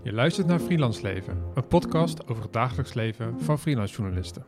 Je luistert naar Freelance Leven, een podcast over het dagelijks leven van freelance journalisten.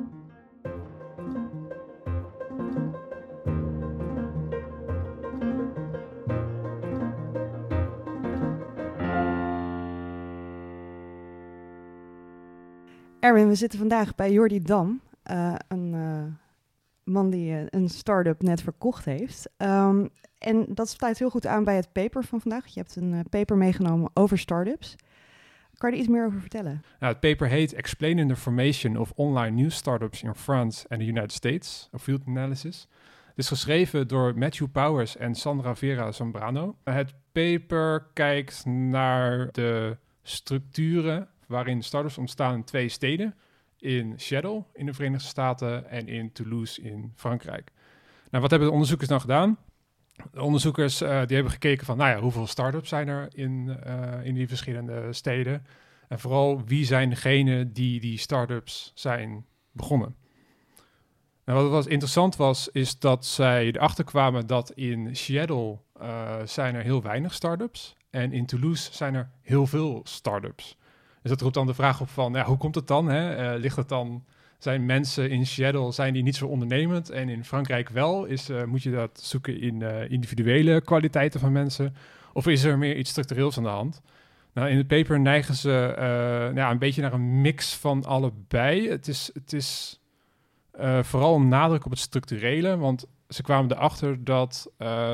Erwin, we zitten vandaag bij Jordi Dam, een man die een start-up net verkocht heeft. En dat sluit heel goed aan bij het paper van vandaag. Je hebt een paper meegenomen over start-ups. Kan je er iets meer over vertellen? Nou, het paper heet Explaining the Formation of Online New Startups in France and the United States, a Field Analysis. Het is geschreven door Matthew Powers en Sandra Vera Zambrano. Het paper kijkt naar de structuren waarin startups ontstaan in 2 steden. In Seattle in de Verenigde Staten en in Toulouse in Frankrijk. Nou, wat hebben de onderzoekers nou gedaan? De onderzoekers die hebben gekeken van, hoeveel start-ups zijn er in die verschillende steden? En vooral, wie zijn degenen die start-ups zijn begonnen? Nou, wat interessant was, is dat zij erachter kwamen dat in Seattle zijn er heel weinig start-ups. En in Toulouse zijn er heel veel start-ups. Dus dat roept dan de vraag op van, hoe komt het dan? Ligt het dan, zijn mensen in Seattle, zijn die niet zo ondernemend? En in Frankrijk wel? Moet je dat zoeken in individuele kwaliteiten van mensen? Of is er meer iets structureels aan de hand? Nou, in het paper neigen ze een beetje naar een mix van allebei. Het is vooral een nadruk op het structurele, want ze kwamen erachter dat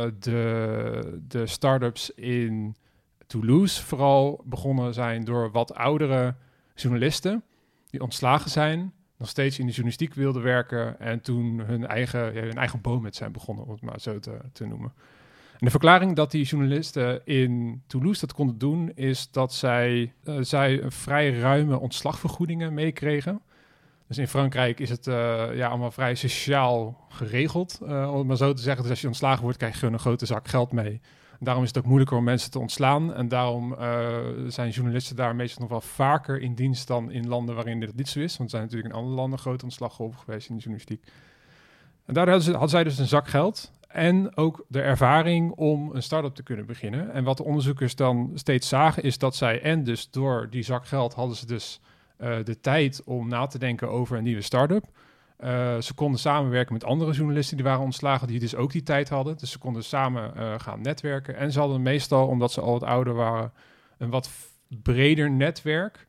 de start-ups in Toulouse vooral begonnen zijn door wat oudere journalisten die ontslagen zijn, nog steeds in de journalistiek wilden werken en toen hun eigen boom met zijn begonnen, om het maar zo te noemen. En de verklaring dat die journalisten in Toulouse dat konden doen, is dat zij een vrij ruime ontslagvergoedingen meekregen. Dus in Frankrijk is het allemaal vrij sociaal geregeld, om het maar zo te zeggen. Dus als je ontslagen wordt, krijg je gewoon een grote zak geld mee. Daarom is het ook moeilijker om mensen te ontslaan. En daarom zijn journalisten daar meestal nog wel vaker in dienst dan in landen waarin dit niet zo is. Want er zijn natuurlijk in andere landen grote ontslaggolven geweest in de journalistiek. En daardoor hadden zij dus een zak geld. En ook de ervaring om een start-up te kunnen beginnen. En wat de onderzoekers dan steeds zagen is dat zij, en dus door die zak geld hadden ze dus de tijd om na te denken over een nieuwe start-up. Ze konden samenwerken met andere journalisten die waren ontslagen, die dus ook die tijd hadden. Dus ze konden samen gaan netwerken. En ze hadden meestal, omdat ze al wat ouder waren, een wat breder netwerk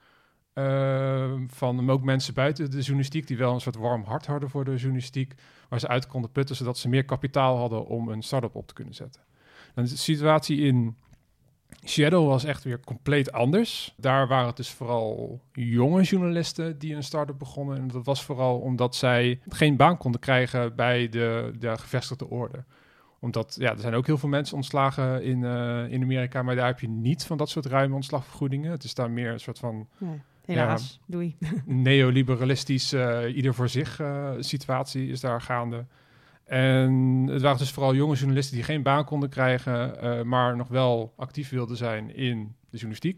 van ook mensen buiten de journalistiek die wel een soort warm hart hadden voor de journalistiek, waar ze uit konden putten, zodat ze meer kapitaal hadden om een start-up op te kunnen zetten. En de situatie in Seattle was echt weer compleet anders. Daar waren het dus vooral jonge journalisten die een start-up begonnen. En dat was vooral omdat zij geen baan konden krijgen bij de gevestigde orde. Omdat, er zijn ook heel veel mensen ontslagen in Amerika, maar daar heb je niet van dat soort ruime ontslagvergoedingen. Het is daar meer een soort van helaas, doei. Neoliberalistisch, ieder voor zich situatie is daar gaande. En het waren dus vooral jonge journalisten die geen baan konden krijgen, maar nog wel actief wilden zijn in de journalistiek.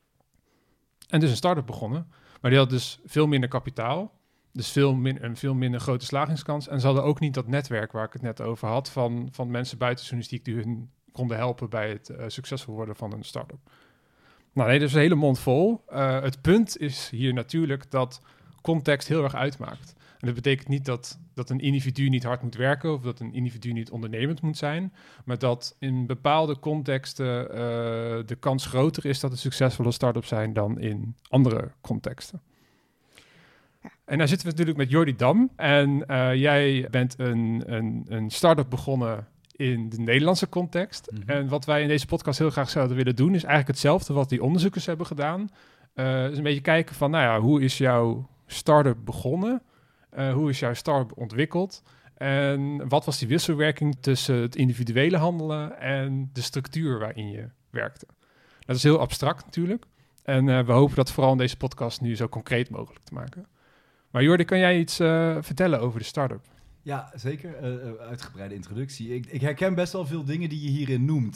En dus een start-up begonnen. Maar die had dus veel minder kapitaal, dus een veel minder grote slagingskans. En ze hadden ook niet dat netwerk waar ik het net over had van mensen buiten de journalistiek die hun konden helpen bij het succesvol worden van een start-up. Nou nee, dus een hele mond vol. Het punt is hier natuurlijk dat context heel erg uitmaakt. En dat betekent niet dat een individu niet hard moet werken of dat een individu niet ondernemend moet zijn, maar dat in bepaalde contexten de kans groter is dat het succesvolle start-ups zijn dan in andere contexten. Ja. En daar zitten we natuurlijk met Jordi Dam. En jij bent een start-up begonnen in de Nederlandse context. Mm-hmm. En wat wij in deze podcast heel graag zouden willen doen, is eigenlijk hetzelfde wat die onderzoekers hebben gedaan. Dus een beetje kijken van, hoe is jouw start-up begonnen? Hoe is jouw start-up ontwikkeld? En wat was die wisselwerking tussen het individuele handelen en de structuur waarin je werkte? Dat is heel abstract natuurlijk. En we hopen dat vooral in deze podcast nu zo concreet mogelijk te maken. Maar Jordi, kan jij iets vertellen over de start-up? Ja, zeker. Uitgebreide introductie. Ik herken best wel veel dingen die je hierin noemt,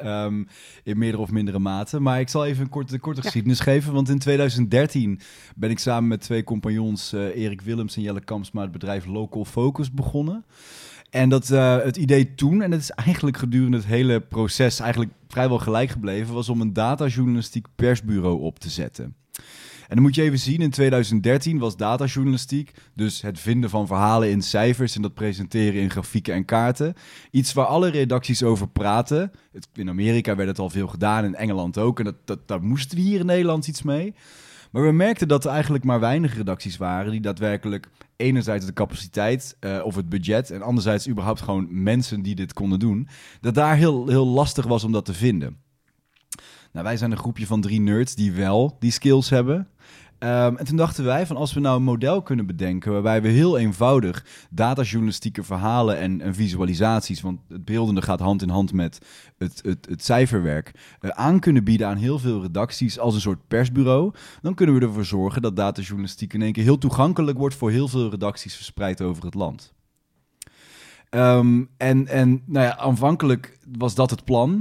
in meerdere of mindere mate. Maar ik zal even een korte geschiedenis geven, want in 2013 ben ik samen met 2 compagnons, Erik Willems en Jelle Kampsma, het bedrijf Local Focus begonnen. En dat het idee toen, en het is eigenlijk gedurende het hele proces eigenlijk vrijwel gelijk gebleven, was om een datajournalistiek persbureau op te zetten. En dan moet je even zien, in 2013 was datajournalistiek, dus het vinden van verhalen in cijfers en dat presenteren in grafieken en kaarten, iets waar alle redacties over praten. In Amerika werd het al veel gedaan, in Engeland ook, en daar moesten we hier in Nederland iets mee. Maar we merkten dat er eigenlijk maar weinig redacties waren die daadwerkelijk enerzijds de capaciteit of het budget en anderzijds überhaupt gewoon mensen die dit konden doen, dat daar heel lastig was om dat te vinden. Nou, wij zijn een groepje van 3 nerds die wel die skills hebben. En toen dachten wij van als we nou een model kunnen bedenken waarbij we heel eenvoudig datajournalistieke verhalen en visualisaties, want het beeldende gaat hand in hand met het cijferwerk, aan kunnen bieden aan heel veel redacties als een soort persbureau, dan kunnen we ervoor zorgen dat datajournalistiek in één keer heel toegankelijk wordt voor heel veel redacties verspreid over het land. Nou ja, aanvankelijk was dat het plan,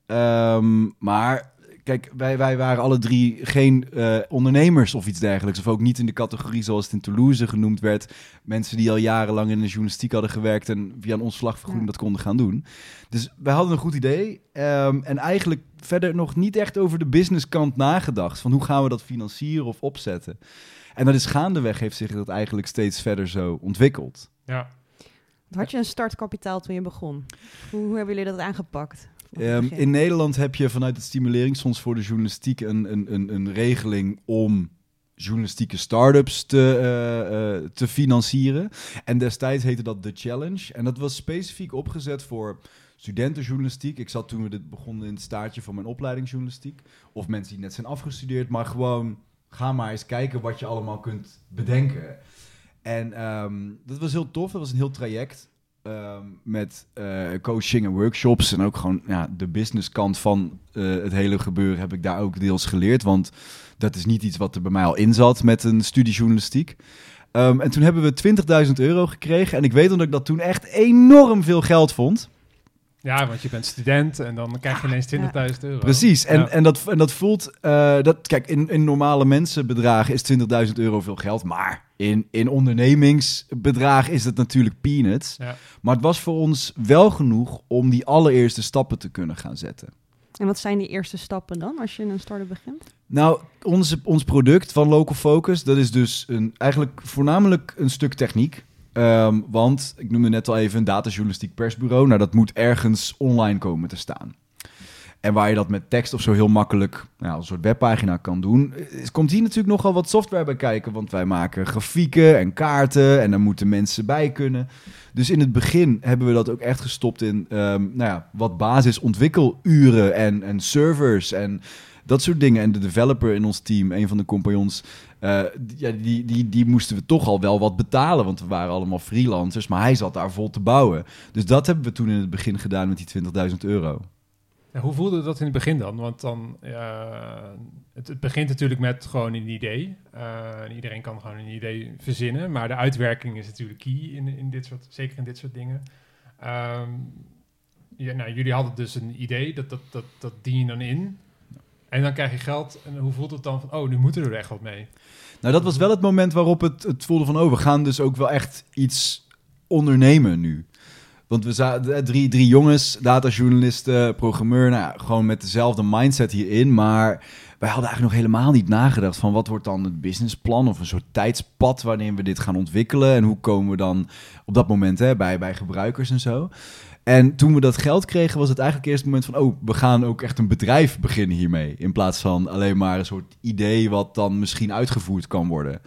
maar kijk, wij waren alle 3 geen ondernemers of iets dergelijks. Of ook niet in de categorie zoals het in Toulouse genoemd werd. Mensen die al jarenlang in de journalistiek hadden gewerkt en via een ontslagvergoeding dat konden gaan doen. Dus wij hadden een goed idee. En eigenlijk verder nog niet echt over de businesskant nagedacht. Van hoe gaan we dat financieren of opzetten. En dat is gaandeweg heeft zich dat eigenlijk steeds verder zo ontwikkeld. Ja. Had je een startkapitaal toen je begon? Hoe hebben jullie dat aangepakt? In Nederland heb je vanuit het Stimuleringsfonds voor de Journalistiek een regeling om journalistieke start-ups te financieren. En destijds heette dat The Challenge. En dat was specifiek opgezet voor studentenjournalistiek. Ik zat toen we dit begonnen in het staartje van mijn opleiding journalistiek. Of mensen die net zijn afgestudeerd. Maar gewoon, ga maar eens kijken wat je allemaal kunt bedenken. En dat was heel tof. Dat was een heel traject. Met coaching en workshops en ook gewoon de businesskant van het hele gebeuren heb ik daar ook deels geleerd, want dat is niet iets wat er bij mij al in zat met een studie journalistiek. En toen hebben we €20.000 gekregen en ik weet dat ik dat toen echt enorm veel geld vond. Ja, want je bent student en dan krijg je ineens €20.000. Precies, en dat voelt... kijk, in normale mensenbedragen is €20.000 veel geld, maar in ondernemingsbedragen is het natuurlijk peanuts. Ja. Maar het was voor ons wel genoeg om die allereerste stappen te kunnen gaan zetten. En wat zijn die eerste stappen dan, als je een start-up begint? Nou, ons product van Local Focus, dat is dus eigenlijk voornamelijk een stuk techniek. Want, ik noemde net al even een datajournalistiek persbureau. Nou, dat moet ergens online komen te staan. En waar je dat met tekst of zo heel makkelijk als een soort webpagina kan doen, komt hier natuurlijk nogal wat software bij kijken. Want wij maken grafieken en kaarten en daar moeten mensen bij kunnen. Dus in het begin hebben we dat ook echt gestopt in wat basisontwikkeluren en servers en dat soort dingen. En de developer in ons team, een van de compagnons, die moesten we toch al wel wat betalen. Want we waren allemaal freelancers, maar hij zat daar vol te bouwen. Dus dat hebben we toen in het begin gedaan met die €20.000. Ja, hoe voelde dat in het begin dan? Want dan, het begint natuurlijk met gewoon een idee. En iedereen kan gewoon een idee verzinnen. Maar de uitwerking is natuurlijk key in dit soort, zeker in dit soort dingen. Jullie hadden dus een idee, dat dien je dan in. En dan krijg je geld. En hoe voelt het dan van, nu moeten we er echt wat mee? Nou, dat was wel het moment waarop het voelde van, we gaan dus ook wel echt iets ondernemen nu. Want we zaten 3 jongens, datajournalisten, programmeur, gewoon met dezelfde mindset hierin. Maar wij hadden eigenlijk nog helemaal niet nagedacht van wat wordt dan het businessplan of een soort tijdspad wanneer we dit gaan ontwikkelen. En hoe komen we dan op dat moment bij gebruikers en zo. En toen we dat geld kregen was het eigenlijk eerst het moment van, we gaan ook echt een bedrijf beginnen hiermee. In plaats van alleen maar een soort idee wat dan misschien uitgevoerd kan worden.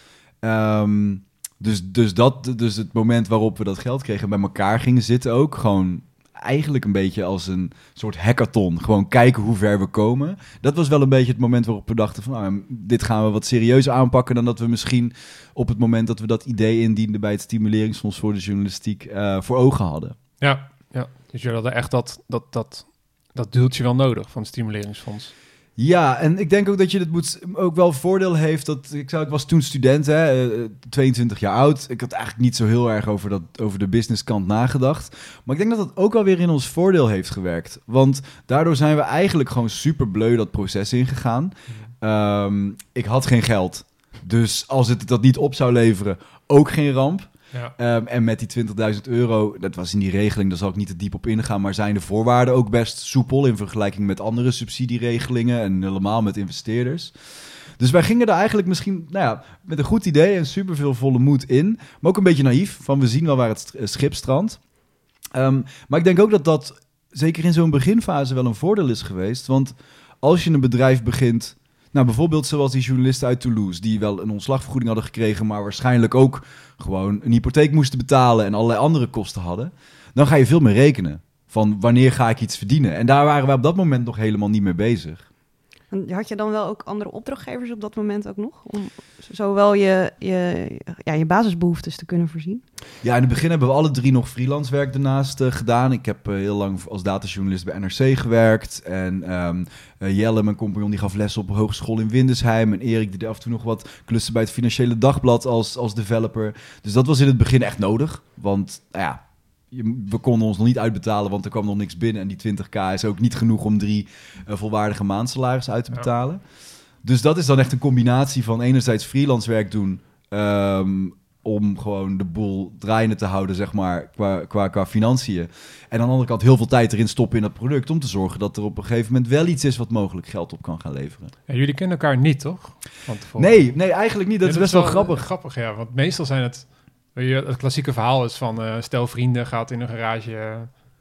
Dus het moment waarop we dat geld kregen bij elkaar gingen zitten ook. Gewoon eigenlijk een beetje als een soort hackathon. Gewoon kijken hoe ver we komen. Dat was wel een beetje het moment waarop we dachten van, dit gaan we wat serieuzer aanpakken dan dat we misschien op het moment dat we dat idee indienden bij het Stimuleringsfonds voor de Journalistiek voor ogen hadden. Ja. Dus jullie hadden echt dat duwtje wel nodig van het Stimuleringsfonds. Ja, en ik denk ook dat je het ook wel voordeel heeft. Ik was toen student, 22 jaar oud. Ik had eigenlijk niet zo heel erg over de businesskant nagedacht. Maar ik denk dat dat ook alweer in ons voordeel heeft gewerkt. Want daardoor zijn we eigenlijk gewoon super bleu dat proces ingegaan. Ik had geen geld. Dus als het dat niet op zou leveren, ook geen ramp. Ja. En met die €20.000, dat was in die regeling, daar zal ik niet te diep op ingaan, maar zijn de voorwaarden ook best soepel in vergelijking met andere subsidieregelingen en helemaal met investeerders. Dus wij gingen daar eigenlijk misschien met een goed idee en superveel volle moed in, maar ook een beetje naïef, van we zien wel waar het schip strandt. Maar ik denk ook dat zeker in zo'n beginfase wel een voordeel is geweest, want als je een bedrijf begint, bijvoorbeeld zoals die journalisten uit Toulouse, die wel een ontslagvergoeding hadden gekregen, maar waarschijnlijk ook gewoon een hypotheek moesten betalen en allerlei andere kosten hadden, dan ga je veel meer rekenen van wanneer ga ik iets verdienen. En daar waren we op dat moment nog helemaal niet mee bezig. En had je dan wel ook andere opdrachtgevers op dat moment ook nog? Om zowel je basisbehoeftes te kunnen voorzien? Ja, in het begin hebben we alle 3 nog freelance werk daarnaast gedaan. Ik heb heel lang als datajournalist bij NRC gewerkt. En Jelle, mijn compagnon, die gaf les op hogeschool in Windesheim. En Erik die deed af en toe nog wat klussen bij het Financiële Dagblad als developer. Dus dat was in het begin echt nodig. Want we konden ons nog niet uitbetalen, want er kwam nog niks binnen. En die 20k is ook niet genoeg om 3 volwaardige maandsalaris uit te betalen. Ja. Dus dat is dan echt een combinatie van enerzijds freelance werk doen, om gewoon de boel draaiende te houden, zeg maar, qua financiën. En aan de andere kant heel veel tijd erin stoppen in dat product, om te zorgen dat er op een gegeven moment wel iets is wat mogelijk geld op kan gaan leveren. Ja, jullie kennen elkaar niet, toch? Nee, eigenlijk niet. Dat is best wel grappig. Grappig, ja. Want meestal zijn het klassieke verhaal is van stel vrienden gaat in een garage.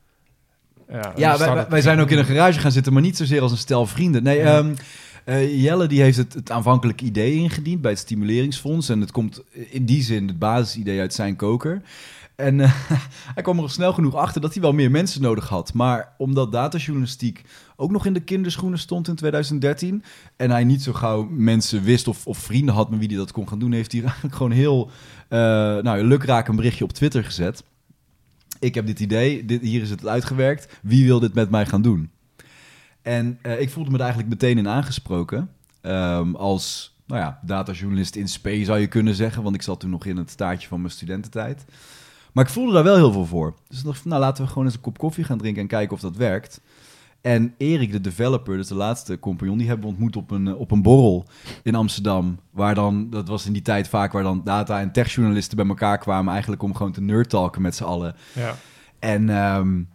Wij zijn ook in een garage gaan zitten, maar niet zozeer als een stel vrienden. Nee, Jelle die heeft het aanvankelijke idee ingediend bij het Stimuleringsfonds. En het komt in die zin het basisidee uit zijn koker. En hij kwam er snel genoeg achter dat hij wel meer mensen nodig had. Maar omdat datajournalistiek ook nog in de kinderschoenen stond in 2013... en hij niet zo gauw mensen wist of vrienden had met wie hij dat kon gaan doen... heeft hij eigenlijk gewoon heel lukraak een berichtje op Twitter gezet. Ik heb dit idee, hier is het uitgewerkt. Wie wil dit met mij gaan doen? En ik voelde me er eigenlijk meteen in aangesproken. Als datajournalist in spe zou je kunnen zeggen. Want ik zat toen nog in het staartje van mijn studententijd. Maar ik voelde daar wel heel veel voor. Dus ik dacht, laten we gewoon eens een kop koffie gaan drinken en kijken of dat werkt. En Erik, de developer, dus de laatste compagnon, die hebben we ontmoet op een borrel in Amsterdam. Waar dan, dat was in die tijd vaak waar dan data- en techjournalisten bij elkaar kwamen. Eigenlijk om gewoon te nerdtalken met z'n allen. Ja. En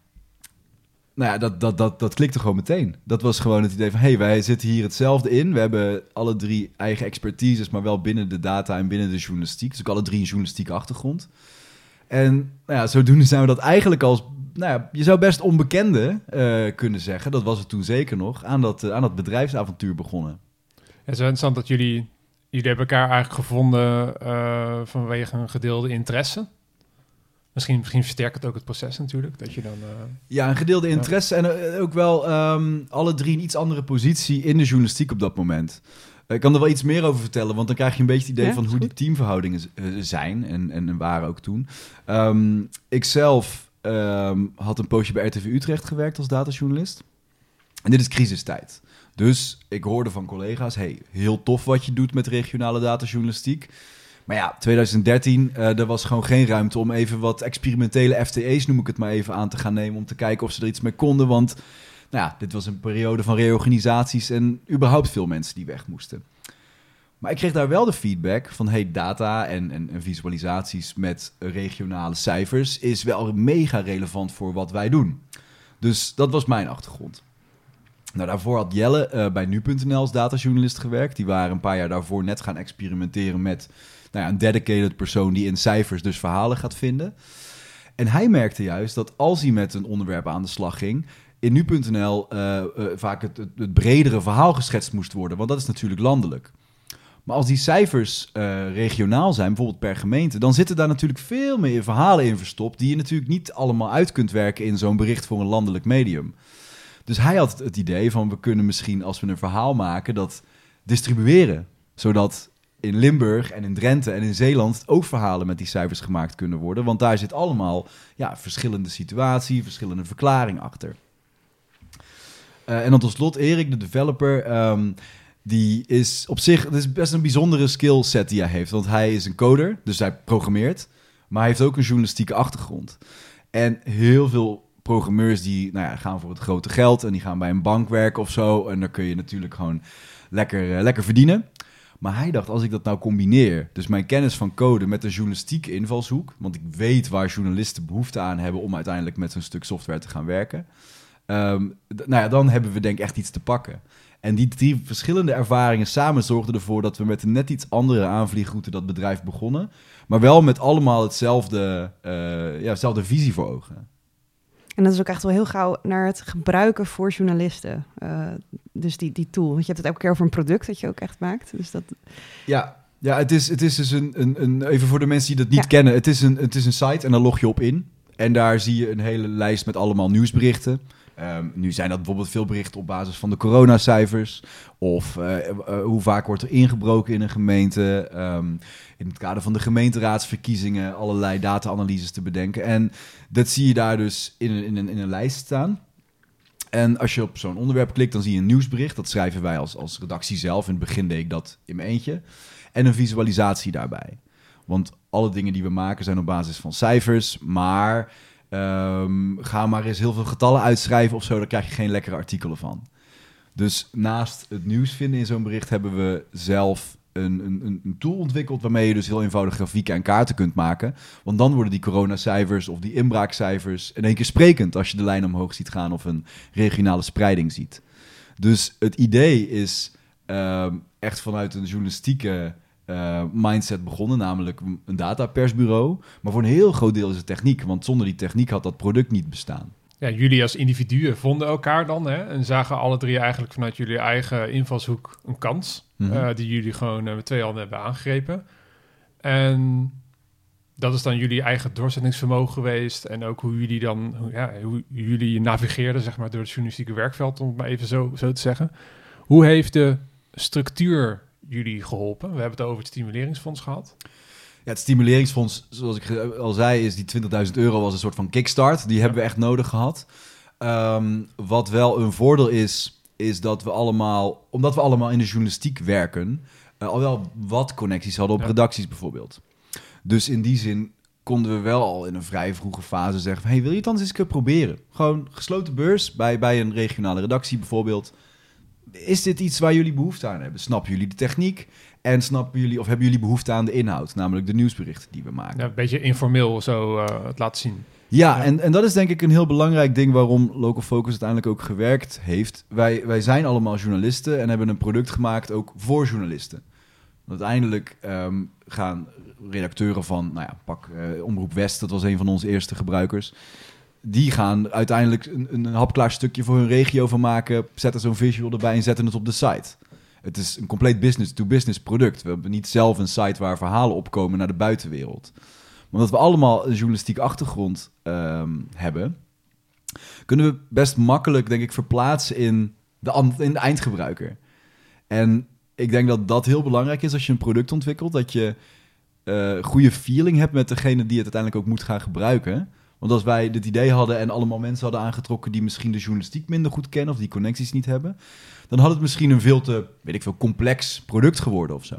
dat klikte gewoon meteen. Dat was gewoon het idee van, wij zitten hier hetzelfde in. We hebben alle 3 eigen expertises, maar wel binnen de data en binnen de journalistiek. Dus ook alle 3 een journalistieke achtergrond. En zodoende zijn we dat eigenlijk als, je zou best onbekende kunnen zeggen, dat was het toen zeker nog, aan dat bedrijfsavontuur begonnen. Het is wel interessant dat jullie hebben elkaar eigenlijk gevonden vanwege een gedeelde interesse. Misschien versterkt het ook het proces natuurlijk, dat je dan... een gedeelde interesse en ook wel alle 3 een iets andere positie in de journalistiek op dat moment. Ik kan er wel iets meer over vertellen, want dan krijg je een beetje het idee van hoe die teamverhoudingen zijn en waren ook toen. Ik zelf had een poosje bij RTV Utrecht gewerkt als datajournalist. En dit is crisistijd. Dus ik hoorde van collega's, heel tof wat je doet met regionale datajournalistiek. Maar 2013, er was gewoon geen ruimte om even wat experimentele FTE's, noem ik het maar even, aan te gaan nemen. Om te kijken of ze er iets mee konden, want dit was een periode van reorganisaties en überhaupt veel mensen die weg moesten. Maar ik kreeg daar wel de feedback van, data en visualisaties met regionale cijfers is wel mega relevant voor wat wij doen. Dus dat was mijn achtergrond. Daarvoor had Jelle bij nu.nl als datajournalist gewerkt. Die waren een paar jaar daarvoor net gaan experimenteren met een dedicated persoon die in cijfers dus verhalen gaat vinden. En hij merkte juist dat als hij met een onderwerp aan de slag ging, in nu.nl vaak het bredere verhaal geschetst moest worden. Want dat is natuurlijk landelijk. Maar als die cijfers regionaal zijn, bijvoorbeeld per gemeente, dan zitten daar natuurlijk veel meer verhalen in verstopt die je natuurlijk niet allemaal uit kunt werken in zo'n bericht voor een landelijk medium. Dus hij had het idee van, we kunnen misschien als we een verhaal maken dat distribueren. Zodat in Limburg en in Drenthe en in Zeeland ook verhalen met die cijfers gemaakt kunnen worden. Want daar zit allemaal verschillende situatie, verschillende verklaring achter. En dan tot slot Erik, de developer, die is op zich, het is best een bijzondere skillset die hij heeft. Want hij is een coder, dus hij programmeert. Maar hij heeft ook een journalistieke achtergrond. En heel veel programmeurs die gaan voor het grote geld en die gaan bij een bank werken of zo. En dan kun je natuurlijk gewoon lekker verdienen. Maar hij dacht, als ik dat nou combineer, dus mijn kennis van code met een journalistieke invalshoek, want ik weet waar journalisten behoefte aan hebben om uiteindelijk met zo'n stuk software te gaan werken, dan hebben we denk ik echt iets te pakken. En die 3 verschillende ervaringen samen zorgden ervoor dat we met een net iets andere aanvliegroute dat bedrijf begonnen, maar wel met allemaal hetzelfde visie voor ogen. En dat is ook echt wel heel gauw naar het gebruiken voor journalisten. Dus die tool. Want je hebt het elke keer over een product dat je ook echt maakt. Dus dat... Ja, het is dus een even voor de mensen die dat niet kennen. Het is een site en daar log je op in. En daar zie je een hele lijst met allemaal nieuwsberichten. Nu zijn dat bijvoorbeeld veel berichten op basis van de coronacijfers. Of hoe vaak wordt er ingebroken in een gemeente. In het kader van de gemeenteraadsverkiezingen allerlei data-analyses te bedenken. En dat zie je daar dus in een lijst staan. En als je op zo'n onderwerp klikt, dan zie je een nieuwsbericht. Dat schrijven wij als redactie zelf. In het begin deed ik dat in mijn eentje. En een visualisatie daarbij. Want alle dingen die we maken zijn op basis van cijfers. Maar ga maar eens heel veel getallen uitschrijven of zo. Daar krijg je geen lekkere artikelen van. Dus naast het nieuws vinden in zo'n bericht hebben we zelf een tool ontwikkeld waarmee je dus heel eenvoudig grafieken en kaarten kunt maken. Want dan worden die coronacijfers of die inbraakcijfers in één keer sprekend als je de lijn omhoog ziet gaan of een regionale spreiding ziet. Dus het idee is echt vanuit een journalistieke mindset begonnen, namelijk een datapersbureau. Maar voor een heel groot deel is het techniek, want zonder die techniek had dat product niet bestaan. Ja, jullie als individuen vonden elkaar dan, hè? En zagen alle 3 eigenlijk vanuit jullie eigen invalshoek een kans. Die jullie gewoon met 2 handen hebben aangegrepen. En dat is dan jullie eigen doorzettingsvermogen geweest. En ook hoe jullie navigeerden, zeg maar, door het journalistieke werkveld, om het maar even zo te zeggen. Hoe heeft de structuur jullie geholpen? We hebben het over het stimuleringsfonds gehad. Ja, het stimuleringsfonds, zoals ik al zei, is die €20.000 was een soort van kickstart. Die hebben we echt nodig gehad. Wat wel een voordeel is dat we allemaal, omdat we allemaal in de journalistiek werken, al wel wat connecties hadden op redacties bijvoorbeeld. Dus in die zin konden we wel al in een vrij vroege fase zeggen van, hey, wil je het anders eens een keer proberen? Gewoon gesloten beurs bij een regionale redactie bijvoorbeeld. Is dit iets waar jullie behoefte aan hebben? Snappen jullie de techniek? En hebben jullie behoefte aan de inhoud? Namelijk de nieuwsberichten die we maken. Ja, een beetje informeel zo het laten zien. Ja, en dat is denk ik een heel belangrijk ding waarom Local Focus uiteindelijk ook gewerkt heeft. Wij zijn allemaal journalisten en hebben een product gemaakt ook voor journalisten. Uiteindelijk gaan redacteuren van, Omroep West, dat was een van onze eerste gebruikers. Die gaan uiteindelijk een hapklaar stukje voor hun regio van maken, zetten zo'n visual erbij en zetten het op de site. Het is een compleet business-to-business product. We hebben niet zelf een site waar verhalen opkomen naar de buitenwereld. Maar omdat we allemaal een journalistieke achtergrond hebben, kunnen we best makkelijk, denk ik, verplaatsen in de eindgebruiker. En ik denk dat dat heel belangrijk is als je een product ontwikkelt, dat je goede feeling hebt met degene die het uiteindelijk ook moet gaan gebruiken. Want als wij dit idee hadden en allemaal mensen hadden aangetrokken die misschien de journalistiek minder goed kennen of die connecties niet hebben, dan had het misschien een veel te, complex product geworden of zo.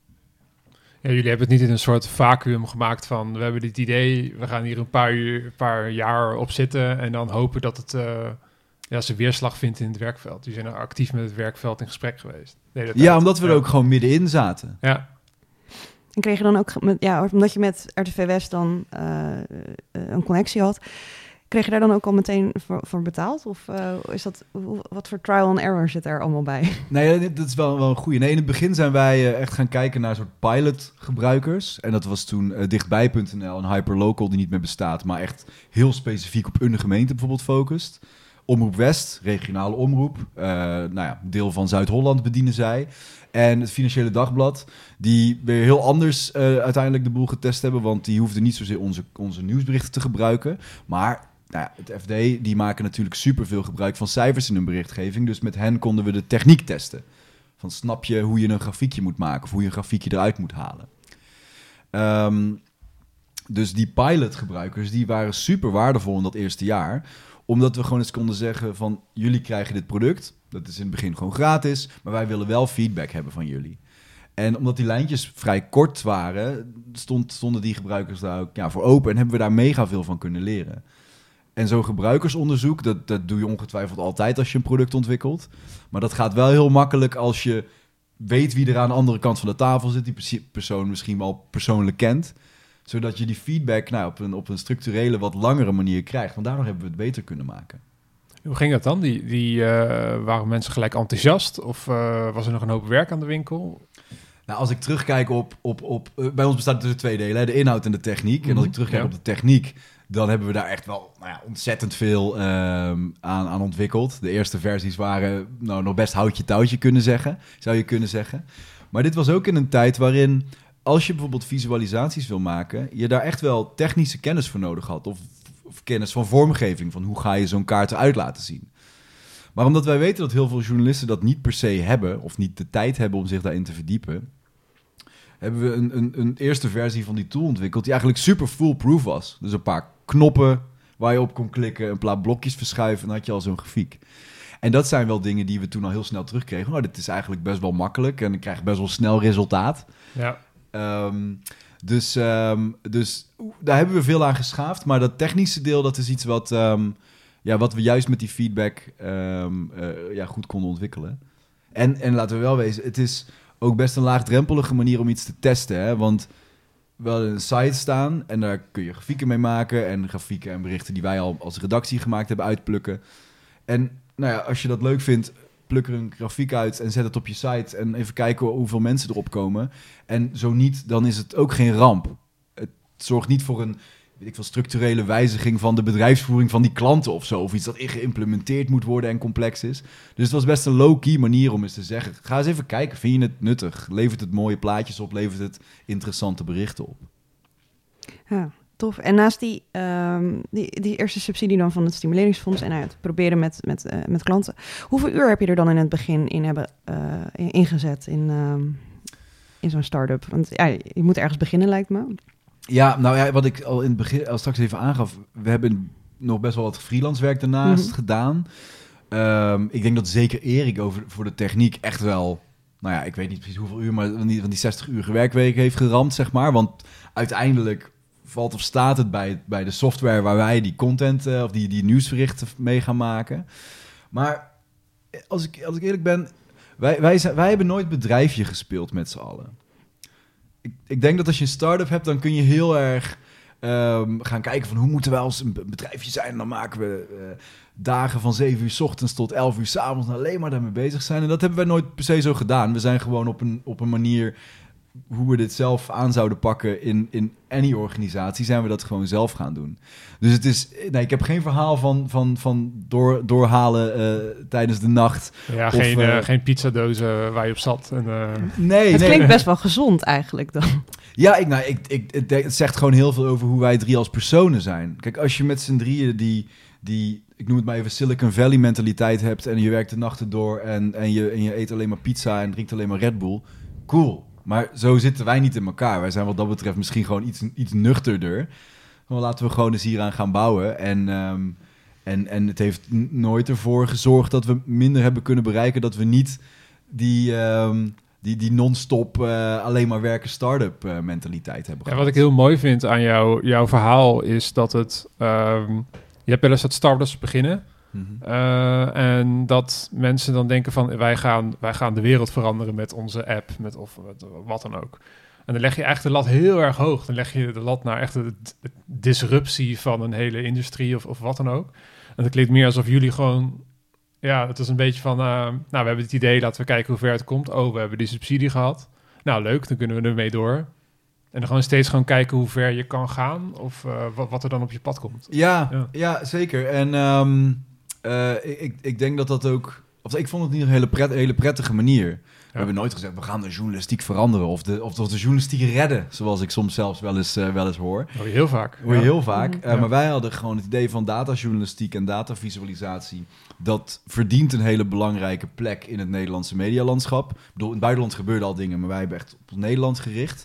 Ja, jullie hebben het niet in een soort vacuüm gemaakt van, we hebben dit idee, we gaan hier een paar jaar op zitten en dan hopen dat het zijn weerslag vindt in het werkveld. Die zijn er actief met het werkveld in gesprek geweest. Omdat we er ook gewoon middenin zaten. Ja. En kreeg je dan ook, omdat je met RTV West dan een connectie had, kreeg je daar dan ook al meteen voor betaald? Of is dat, wat voor trial and error zit er allemaal bij? Nee, dat is wel een goeie. Nee, in het begin zijn wij echt gaan kijken naar een soort pilot gebruikers. En dat was toen dichtbij.nl, een hyperlocal die niet meer bestaat, maar echt heel specifiek op een gemeente bijvoorbeeld focust. Omroep West, regionale omroep. Deel van Zuid-Holland bedienen zij. En het Financiële Dagblad, die weer heel anders uiteindelijk de boel getest hebben. Want die hoefden niet zozeer onze nieuwsberichten te gebruiken. Maar het FD, die maken natuurlijk superveel gebruik van cijfers in hun berichtgeving. Dus met hen konden we de techniek testen. Van snap je hoe je een grafiekje moet maken of hoe je een grafiekje eruit moet halen. Dus die pilotgebruikers, die waren super waardevol in dat eerste jaar. Omdat we gewoon eens konden zeggen van, jullie krijgen dit product. Dat is in het begin gewoon gratis, maar wij willen wel feedback hebben van jullie. En omdat die lijntjes vrij kort waren, stonden die gebruikers daar ook voor open en hebben we daar mega veel van kunnen leren. En zo'n gebruikersonderzoek, dat doe je ongetwijfeld altijd als je een product ontwikkelt. Maar dat gaat wel heel makkelijk als je weet wie er aan de andere kant van de tafel zit, die persoon misschien wel persoonlijk kent, zodat je die feedback op een structurele, wat langere manier krijgt. Want daardoor hebben we het beter kunnen maken. Hoe ging dat dan? Waren mensen gelijk enthousiast? Of was er nog een hoop werk aan de winkel? Nou, als ik terugkijk bij ons bestaat het tussen 2 delen, hè, de inhoud en de techniek. En als ik terugkijk op de techniek, dan hebben we daar echt wel ontzettend veel aan ontwikkeld. De eerste versies waren nog best houtje touwtje zou je kunnen zeggen. Maar dit was ook in een tijd waarin, als je bijvoorbeeld visualisaties wil maken, je daar echt wel technische kennis voor nodig had. Of kennis van vormgeving, van hoe ga je zo'n kaart eruit laten zien. Maar omdat wij weten dat heel veel journalisten dat niet per se hebben, of niet de tijd hebben om zich daarin te verdiepen, hebben we een eerste versie van die tool ontwikkeld die eigenlijk super foolproof was. Dus een paar knoppen waar je op kon klikken, een paar blokjes verschuiven en dan had je al zo'n grafiek. En dat zijn wel dingen die we toen al heel snel terugkregen. Nou, dit is eigenlijk best wel makkelijk en ik krijg best wel snel resultaat. Ja. Dus daar hebben we veel aan geschaafd. Maar dat technische deel, dat is iets wat we juist met die feedback goed konden ontwikkelen. En laten we wel wezen, het is ook best een laagdrempelige manier om iets te testen. Hè? Want we hadden een site staan en daar kun je grafieken mee maken. En grafieken en berichten die wij al als redactie gemaakt hebben uitplukken. En als je dat leuk vindt, pluk er een grafiek uit en zet het op je site en even kijken hoeveel mensen erop komen. En zo niet, dan is het ook geen ramp. Het zorgt niet voor een structurele wijziging van de bedrijfsvoering van die klanten of zo. Of iets dat geïmplementeerd moet worden en complex is. Dus het was best een low-key manier om eens te zeggen, ga eens even kijken, vind je het nuttig? Levert het mooie plaatjes op? Levert het interessante berichten op? Ja, tof. En naast die eerste subsidie dan van het Stimuleringsfonds en het proberen met klanten, hoeveel uur heb je er dan in het begin ingezet in zo'n start-up? Want je moet ergens beginnen, lijkt me. Ja, wat ik al in het begin al straks even aangaf, we hebben nog best wel wat freelance werk daarnaast gedaan. Ik denk dat zeker Erik voor de techniek echt wel, ik weet niet precies hoeveel uur, maar van die 60-uurige werkweek heeft geramd, zeg maar. Want uiteindelijk valt of staat het bij de software waar wij die content of die nieuwsberichten mee gaan maken. Maar als ik eerlijk ben, wij hebben nooit bedrijfje gespeeld met z'n allen. Ik denk dat als je een start-up hebt, dan kun je heel erg gaan kijken van hoe moeten wij als een bedrijfje zijn. En dan maken we dagen van 7 uur 's ochtends tot 11 uur 's avonds en alleen maar daarmee bezig zijn. En dat hebben wij nooit per se zo gedaan. We zijn gewoon op een manier hoe we dit zelf aan zouden pakken in any organisatie, zijn we dat gewoon zelf gaan doen. Dus het is, ik heb geen verhaal van doorhalen tijdens de nacht. Ja, geen pizzadozen waar je op zat. Nee, het klinkt best wel gezond eigenlijk dan. Ja, het zegt gewoon heel veel over hoe wij 3 als personen zijn. Kijk, als je met z'n drieën die ik noem het maar even Silicon Valley mentaliteit hebt en je werkt de nachten door en je eet alleen maar pizza en drinkt alleen maar Red Bull, cool. Maar zo zitten wij niet in elkaar. Wij zijn wat dat betreft misschien gewoon iets nuchterder. Maar laten we gewoon eens hieraan gaan bouwen. En het heeft nooit ervoor gezorgd dat we minder hebben kunnen bereiken, dat we niet die non-stop alleen maar werken start-up mentaliteit hebben gehad. Ja, wat ik heel mooi vind aan jouw verhaal is dat het... je hebt wel eens dat startups beginnen. En dat mensen dan denken van wij gaan de wereld veranderen met onze app, met wat dan ook. En dan leg je echt de lat heel erg hoog. Dan leg je de lat naar echt de disruptie van een hele industrie of wat dan ook. En dat klinkt meer alsof jullie gewoon... Ja, het is een beetje van... we hebben het idee, laten we kijken hoe ver het komt. Oh, we hebben die subsidie gehad. Nou, leuk, dan kunnen we ermee door. En dan gewoon steeds kijken hoe ver je kan gaan of wat er dan op je pad komt. Ja, zeker. En ik denk dat ook... Of ik vond het niet een hele prettige manier. We hebben nooit gezegd, we gaan de journalistiek veranderen of de journalistiek redden, zoals ik soms zelfs wel eens hoor. Hoor je heel vaak. Heel vaak. Maar wij hadden gewoon het idee van datajournalistiek en datavisualisatie. Dat verdient een hele belangrijke plek in het Nederlandse medialandschap. Ik bedoel, in het buitenland gebeurden al dingen, maar wij hebben echt op Nederland gericht.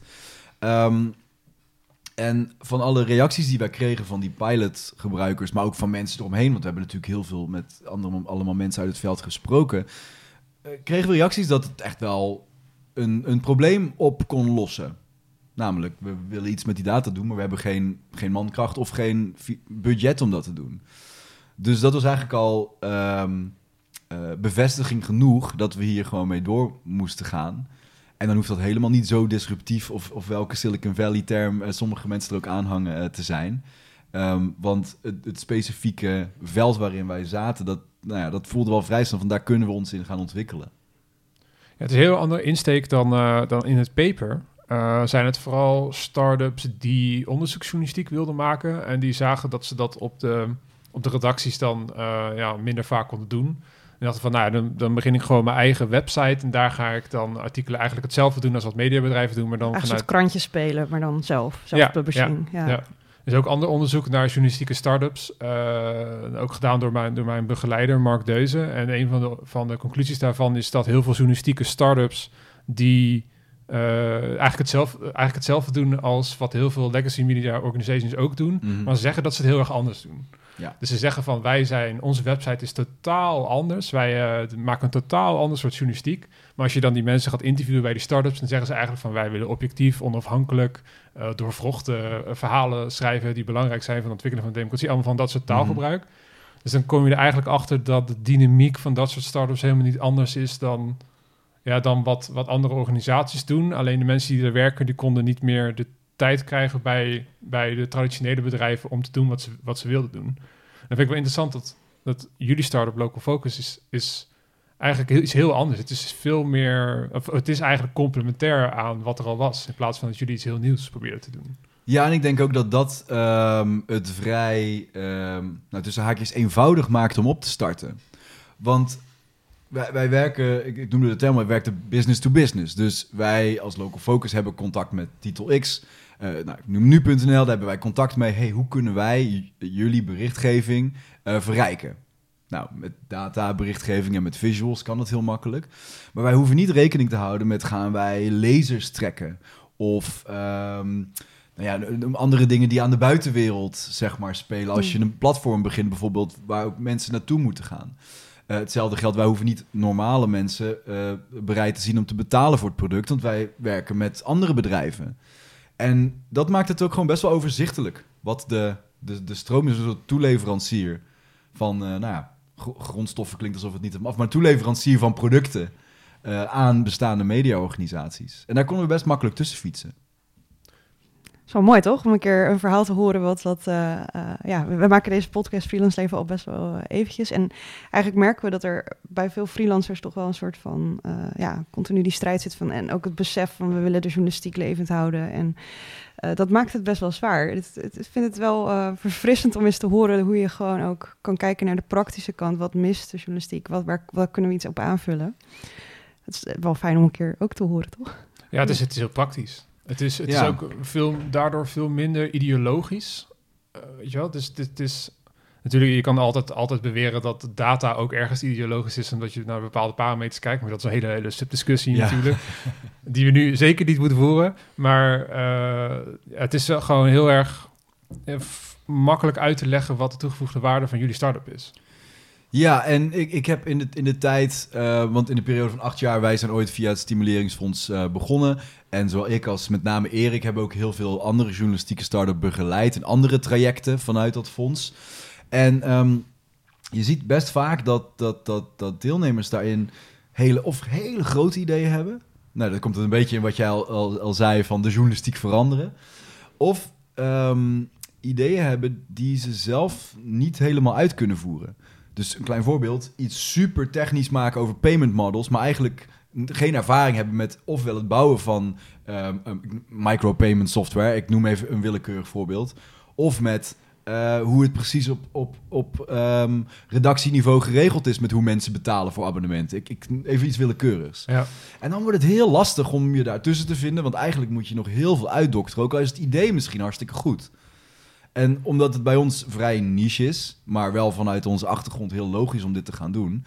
En van alle reacties die wij kregen van die pilotgebruikers, maar ook van mensen eromheen, want we hebben natuurlijk heel veel met allemaal mensen uit het veld gesproken, kregen we reacties dat het echt wel een probleem op kon lossen. Namelijk, we willen iets met die data doen, maar we hebben geen mankracht of geen budget om dat te doen. Dus dat was eigenlijk al bevestiging genoeg dat we hier gewoon mee door moesten gaan. En dan hoeft dat helemaal niet zo disruptief of welke Silicon Valley term sommige mensen er ook aanhangen te zijn. Want het specifieke veld waarin wij zaten, dat voelde wel vrij snel van daar kunnen we ons in gaan ontwikkelen. Ja, het is een heel andere insteek dan in het paper. Zijn het vooral start-ups die onderzoeksjournalistiek wilden maken en die zagen dat ze dat op de redacties dan minder vaak konden doen. En dachten van, dan begin ik gewoon mijn eigen website en daar ga ik dan artikelen eigenlijk hetzelfde doen als wat mediabedrijven doen, maar dan vanuit... Een krantje spelen, maar dan zelf publishing. Ja. Er is ook ander onderzoek naar journalistieke start-ups, ook gedaan door mijn begeleider Mark Deuze. En een van de conclusies daarvan is dat heel veel journalistieke start-ups die eigenlijk hetzelfde doen als wat heel veel legacy media organizations ook doen, maar ze zeggen dat ze het heel erg anders doen. Ja. Dus ze zeggen van, onze website is totaal anders. Wij maken een totaal ander soort journalistiek. Maar als je dan die mensen gaat interviewen bij die start-ups, dan zeggen ze eigenlijk van, wij willen objectief, onafhankelijk, doorvrochte verhalen schrijven die belangrijk zijn voor het ontwikkelen van de democratie. Allemaal van dat soort taalgebruik. Dus dan kom je er eigenlijk achter dat de dynamiek van dat soort start-ups helemaal niet anders is dan wat andere organisaties doen. Alleen de mensen die er werken, die konden niet meer de tijd krijgen bij de traditionele bedrijven om te doen wat ze wilden doen. En dat vind ik wel interessant dat jullie start-up Local Focus is eigenlijk iets heel anders. Het is veel meer, het is eigenlijk complementair aan wat er al was, in plaats van dat jullie iets heel nieuws proberen te doen. Ja, en ik denk ook dat het vrij, tussen haakjes, eenvoudig maakt om op te starten. Want wij werken, ik noemde de term, wij werken business to business. Dus wij als Local Focus hebben contact met Titel X. Ik noem nu.nl, daar hebben wij contact mee. Hey, hoe kunnen wij jullie berichtgeving verrijken? Nou, met data, berichtgeving en met visuals kan dat heel makkelijk. Maar wij hoeven niet rekening te houden met gaan wij lasers trekken of andere dingen die aan de buitenwereld zeg maar spelen. Als je een platform begint bijvoorbeeld waar ook mensen naartoe moeten gaan. Hetzelfde geldt, wij hoeven niet normale mensen bereid te zien om te betalen voor het product, want wij werken met andere bedrijven. En dat maakt het ook gewoon best wel overzichtelijk. Wat de stroom is, een soort toeleverancier van, grondstoffen klinkt alsof het niet hem af, maar toeleverancier van producten aan bestaande mediaorganisaties. En daar konden we best makkelijk tussen fietsen. Het is wel mooi, toch? Om een keer een verhaal te horen we maken deze podcast Freelance Leven al best wel eventjes. En eigenlijk merken we dat er bij veel freelancers toch wel een soort van, continu die strijd zit van, en ook het besef van we willen de journalistiek levend houden. En dat maakt het best wel zwaar. Ik vind het wel verfrissend om eens te horen hoe je gewoon ook kan kijken naar de praktische kant. Wat mist de journalistiek? Waar kunnen we iets op aanvullen? Het is wel fijn om een keer ook te horen, toch? Ja, het is heel praktisch. Het is ook daardoor veel minder ideologisch. Weet je wel? Dus het is natuurlijk, je kan altijd beweren dat data ook ergens ideologisch is, omdat je naar bepaalde parameters kijkt. Maar dat is een hele subdiscussie natuurlijk, die we nu zeker niet moeten voeren. Maar het is gewoon heel erg makkelijk uit te leggen wat de toegevoegde waarde van jullie start-up is. Ja, en ik heb in de tijd, want in de periode van 8 jaar, wij zijn ooit via het Stimuleringsfonds begonnen. En zowel ik als met name Erik hebben ook heel veel andere journalistieke start-up begeleid en andere trajecten vanuit dat fonds. En je ziet best vaak dat deelnemers daarin hele grote ideeën hebben. Nou, dat komt een beetje in wat jij al zei van de journalistiek veranderen. Of ideeën hebben die ze zelf niet helemaal uit kunnen voeren. Dus een klein voorbeeld, iets super technisch maken over payment models, maar eigenlijk geen ervaring hebben met ofwel het bouwen van micropayment software, ik noem even een willekeurig voorbeeld, of met hoe het precies op redactieniveau geregeld is met hoe mensen betalen voor abonnementen. Even iets willekeurigs. Ja. En dan wordt het heel lastig om je daartussen te vinden, want eigenlijk moet je nog heel veel uitdokteren, ook al is het idee misschien hartstikke goed. En omdat het bij ons vrij niche is, maar wel vanuit onze achtergrond heel logisch om dit te gaan doen,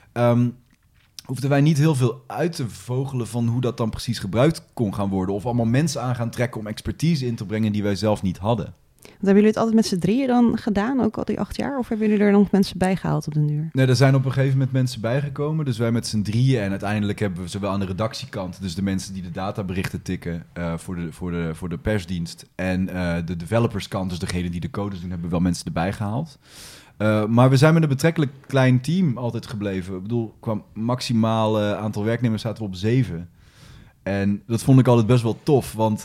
hoefden wij niet heel veel uit te vogelen van hoe dat dan precies gebruikt kon gaan worden. Of allemaal mensen aan gaan trekken om expertise in te brengen die wij zelf niet hadden. Want hebben jullie het altijd met z'n drieën dan gedaan, ook al die 8 jaar? Of hebben jullie er nog mensen bij gehaald op den duur? Nee, er zijn op een gegeven moment mensen bijgekomen. Dus wij met z'n drieën. En uiteindelijk hebben we zowel aan de redactiekant, dus de mensen die de databerichten tikken voor de persdienst. En de developerskant, dus degene die de codes doen, hebben we wel mensen erbij gehaald. Maar we zijn met een betrekkelijk klein team altijd gebleven. Ik bedoel, qua maximaal aantal werknemers zaten we op 7. En dat vond ik altijd best wel tof, want...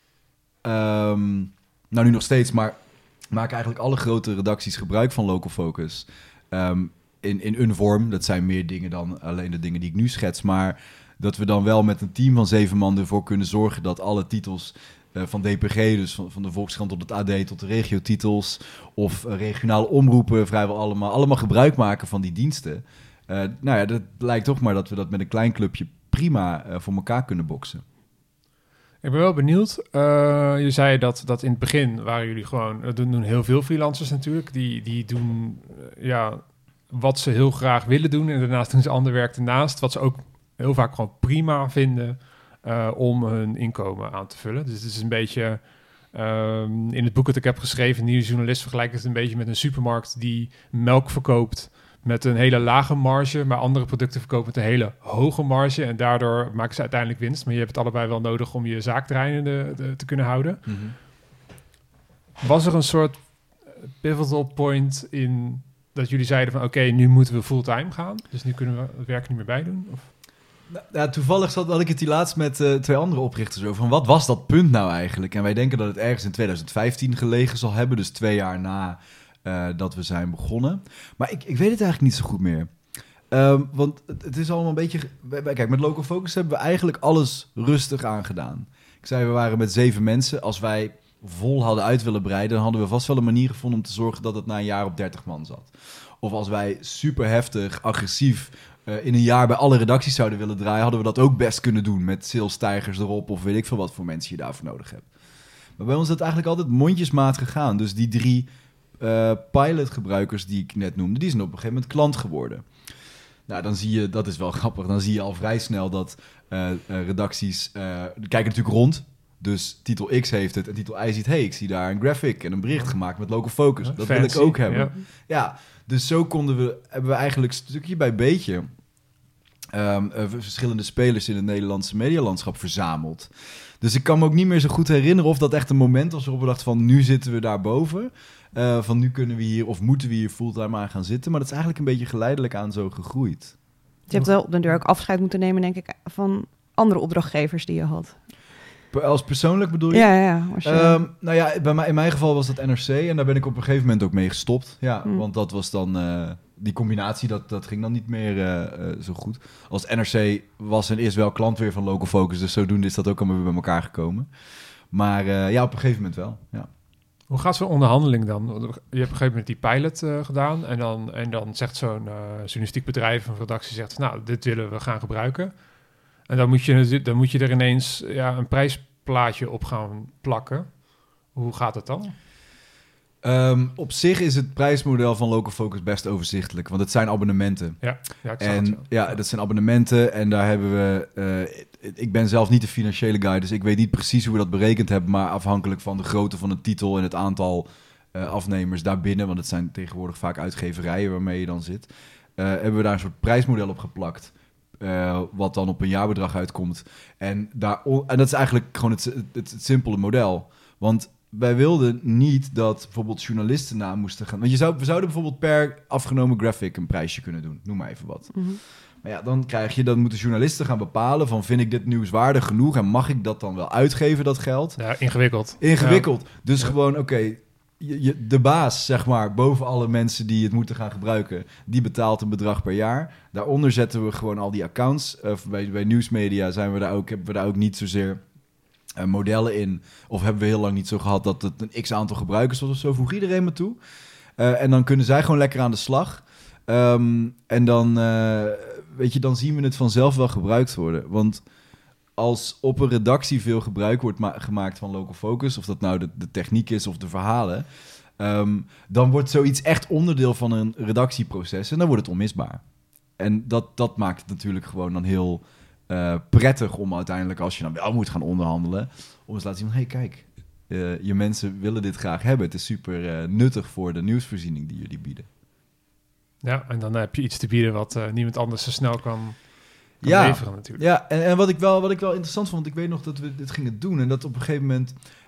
nu nog steeds, maar maken eigenlijk alle grote redacties gebruik van Local Focus. In een vorm, dat zijn meer dingen dan alleen de dingen die ik nu schets, maar dat we dan wel met een team van 7 man ervoor kunnen zorgen dat alle titels van DPG, dus van de Volkskrant tot het AD tot de regiotitels of regionale omroepen, vrijwel allemaal gebruik maken van die diensten. Dat lijkt toch maar dat we dat met een klein clubje prima voor elkaar kunnen boksen. Ik ben wel benieuwd. Je zei dat in het begin waren jullie gewoon... Dat doen heel veel freelancers natuurlijk. Die doen wat ze heel graag willen doen. En daarnaast doen ze ander werk ernaast. Wat ze ook heel vaak gewoon prima vinden om hun inkomen aan te vullen. Dus het is een beetje... in het boek dat ik heb geschreven, Nieuwe Journalist, vergelijk het een beetje met een supermarkt die melk verkoopt met een hele lage marge, maar andere producten verkopen met een hele hoge marge. En daardoor maken ze uiteindelijk winst. Maar je hebt het allebei wel nodig om je zaak draaiende te kunnen houden. Mm-hmm. Was er een soort pivotal point in dat jullie zeiden van oké, nu moeten we fulltime gaan. Dus nu kunnen we het werk niet meer bijdoen? Of? Nou, toevallig had ik het die laatst met 2 andere oprichters over. Van wat was dat punt nou eigenlijk? En wij denken dat het ergens in 2015 gelegen zal hebben. Dus 2 jaar na dat we zijn begonnen. Maar ik weet het eigenlijk niet zo goed meer. Want het is allemaal een beetje... Kijk, met Local Focus hebben we eigenlijk alles rustig aangedaan. Ik zei, we waren met 7 mensen. Als wij vol hadden uit willen breiden, dan hadden we vast wel een manier gevonden om te zorgen dat het na een jaar op 30 man zat. Of als wij super heftig, agressief in een jaar bij alle redacties zouden willen draaien, hadden we dat ook best kunnen doen met sales-tijgers erop of weet ik veel wat voor mensen je daarvoor nodig hebt. Maar bij ons is het eigenlijk altijd mondjesmaat gegaan. Dus die 3 pilotgebruikers die ik net noemde, die zijn op een gegeven moment klant geworden. Nou, dan zie je, dat is wel grappig, dan zie je al vrij snel dat redacties kijken natuurlijk rond. Dus titel X heeft het en titel Y ziet, hey, ik zie daar een graphic en een bericht gemaakt met Local Focus. Dat fancy, wil ik ook hebben. Ja, dus zo hebben we eigenlijk stukje bij beetje verschillende spelers in het Nederlandse medialandschap verzameld. Dus ik kan me ook niet meer zo goed herinneren of dat echt een moment was waarop we dachten van nu zitten we daarboven. Van nu kunnen we hier of moeten we hier fulltime aan gaan zitten. Maar dat is eigenlijk een beetje geleidelijk aan zo gegroeid. Je hebt wel op de deur ook afscheid moeten nemen, denk ik, van andere opdrachtgevers die je had. Als persoonlijk bedoel je? Ja. Nou ja, in mijn geval was dat NRC en daar ben ik op een gegeven moment ook mee gestopt. Ja, want dat was dan... die combinatie, dat ging dan niet meer zo goed. Als NRC was en is wel klant weer van Local Focus, dus zodoende is dat ook allemaal weer bij elkaar gekomen. Maar op een gegeven moment wel, ja. Hoe gaat zo'n onderhandeling dan? Je hebt op een gegeven moment die pilot gedaan en dan zegt zo'n journalistiek bedrijf of redactie zegt, nou, dit willen we gaan gebruiken. En dan moet je er ineens een prijsplaatje op gaan plakken. Hoe gaat het dan? Op zich is het prijsmodel van Local Focus best overzichtelijk, want het zijn abonnementen. Dat zijn abonnementen en daar hebben we... ik ben zelf niet de financiële guy, dus ik weet niet precies hoe we dat berekend hebben, maar afhankelijk van de grootte van de titel en het aantal afnemers daarbinnen, want het zijn tegenwoordig vaak uitgeverijen waarmee je dan zit, hebben we daar een soort prijsmodel op geplakt. Wat dan op een jaarbedrag uitkomt. En dat is eigenlijk gewoon het simpele model. Want wij wilden niet dat bijvoorbeeld journalisten na moesten gaan. Want we zouden bijvoorbeeld per afgenomen graphic een prijsje kunnen doen. Noem maar even wat. Mm-hmm. Maar ja, dan moeten journalisten gaan bepalen van, vind ik dit nieuwswaardig genoeg en mag ik dat dan wel uitgeven, dat geld? Ja, ingewikkeld. Ja. Dus gewoon, oké, de baas, zeg maar, boven alle mensen die het moeten gaan gebruiken, die betaalt een bedrag per jaar. Daaronder zetten we gewoon al die accounts. Bij nieuwsmedia hebben we daar ook niet zozeer modellen in. Of hebben we heel lang niet zo gehad dat het een x-aantal gebruikers was of zo. Voeg iedereen me toe. En dan kunnen zij gewoon lekker aan de slag. En dan, dan zien we het vanzelf wel gebruikt worden. Want als op een redactie veel gebruik wordt gemaakt van Local Focus, of dat nou de techniek is of de verhalen, dan wordt zoiets echt onderdeel van een redactieproces en dan wordt het onmisbaar. En dat maakt het natuurlijk gewoon dan heel prettig om uiteindelijk, als je dan wel moet gaan onderhandelen, om eens te laten zien van, hey, kijk, je mensen willen dit graag hebben. Het is super nuttig voor de nieuwsvoorziening die jullie bieden. Ja, en dan heb je iets te bieden wat niemand anders zo snel kan leveren natuurlijk. Ja, en wat ik wel interessant vond, want ik weet nog dat we dit gingen doen en dat op een gegeven moment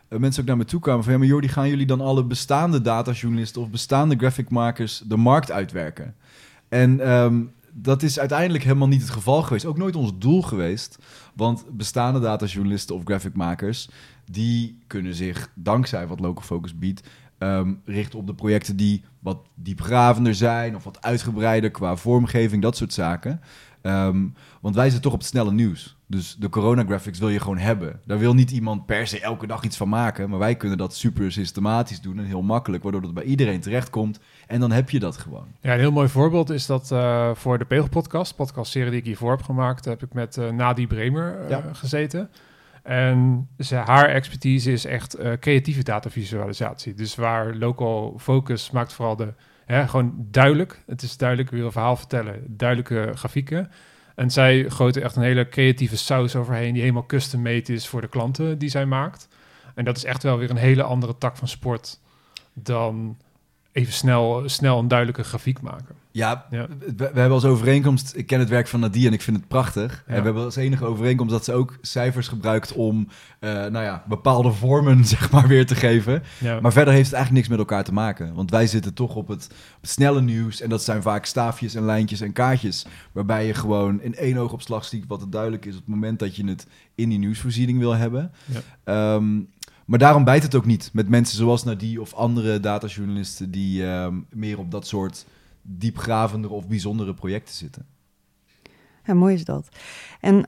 mensen ook naar me toe kwamen van... ja, maar Jordi, gaan jullie dan alle bestaande datajournalisten of bestaande graphicmakers de markt uitwerken? En dat is uiteindelijk helemaal niet het geval geweest. Ook nooit ons doel geweest. Want bestaande datajournalisten of graphicmakers... die kunnen zich, dankzij wat Local Focus biedt... richten op de projecten die wat diepgravender zijn... of wat uitgebreider qua vormgeving, dat soort zaken. Want wij zitten toch op het snelle nieuws. Dus de corona-graphics wil je gewoon hebben. Daar wil niet iemand per se elke dag iets van maken... maar wij kunnen dat super systematisch doen en heel makkelijk... waardoor dat bij iedereen terechtkomt en dan heb je dat gewoon. Ja, een heel mooi voorbeeld is dat voor de podcastserie die ik hiervoor heb gemaakt... heb ik met Nadi Bremer gezeten... En haar expertise is echt creatieve datavisualisatie. Dus waar Local Focus maakt vooral gewoon duidelijk. Het is duidelijk, ik wil een verhaal vertellen. Duidelijke grafieken. En zij gooit er echt een hele creatieve saus overheen... die helemaal custom-made is voor de klanten die zij maakt. En dat is echt wel weer een hele andere tak van sport... dan even snel een duidelijke grafiek maken. Ja, we hebben als overeenkomst... Ik ken het werk van Nadia en ik vind het prachtig. Ja. En we hebben als enige overeenkomst dat ze ook cijfers gebruikt... om bepaalde vormen zeg maar weer te geven. Ja. Maar verder heeft het eigenlijk niks met elkaar te maken. Want wij zitten toch op het snelle nieuws... en dat zijn vaak staafjes en lijntjes en kaartjes... waarbij je gewoon in één oogopslag ziet wat het duidelijk is... op het moment dat je het in die nieuwsvoorziening wil hebben... Ja. Maar daarom bijt het ook niet met mensen zoals Nadie of andere datajournalisten... die meer op dat soort diepgravendere of bijzondere projecten zitten. Ja, mooi is dat. En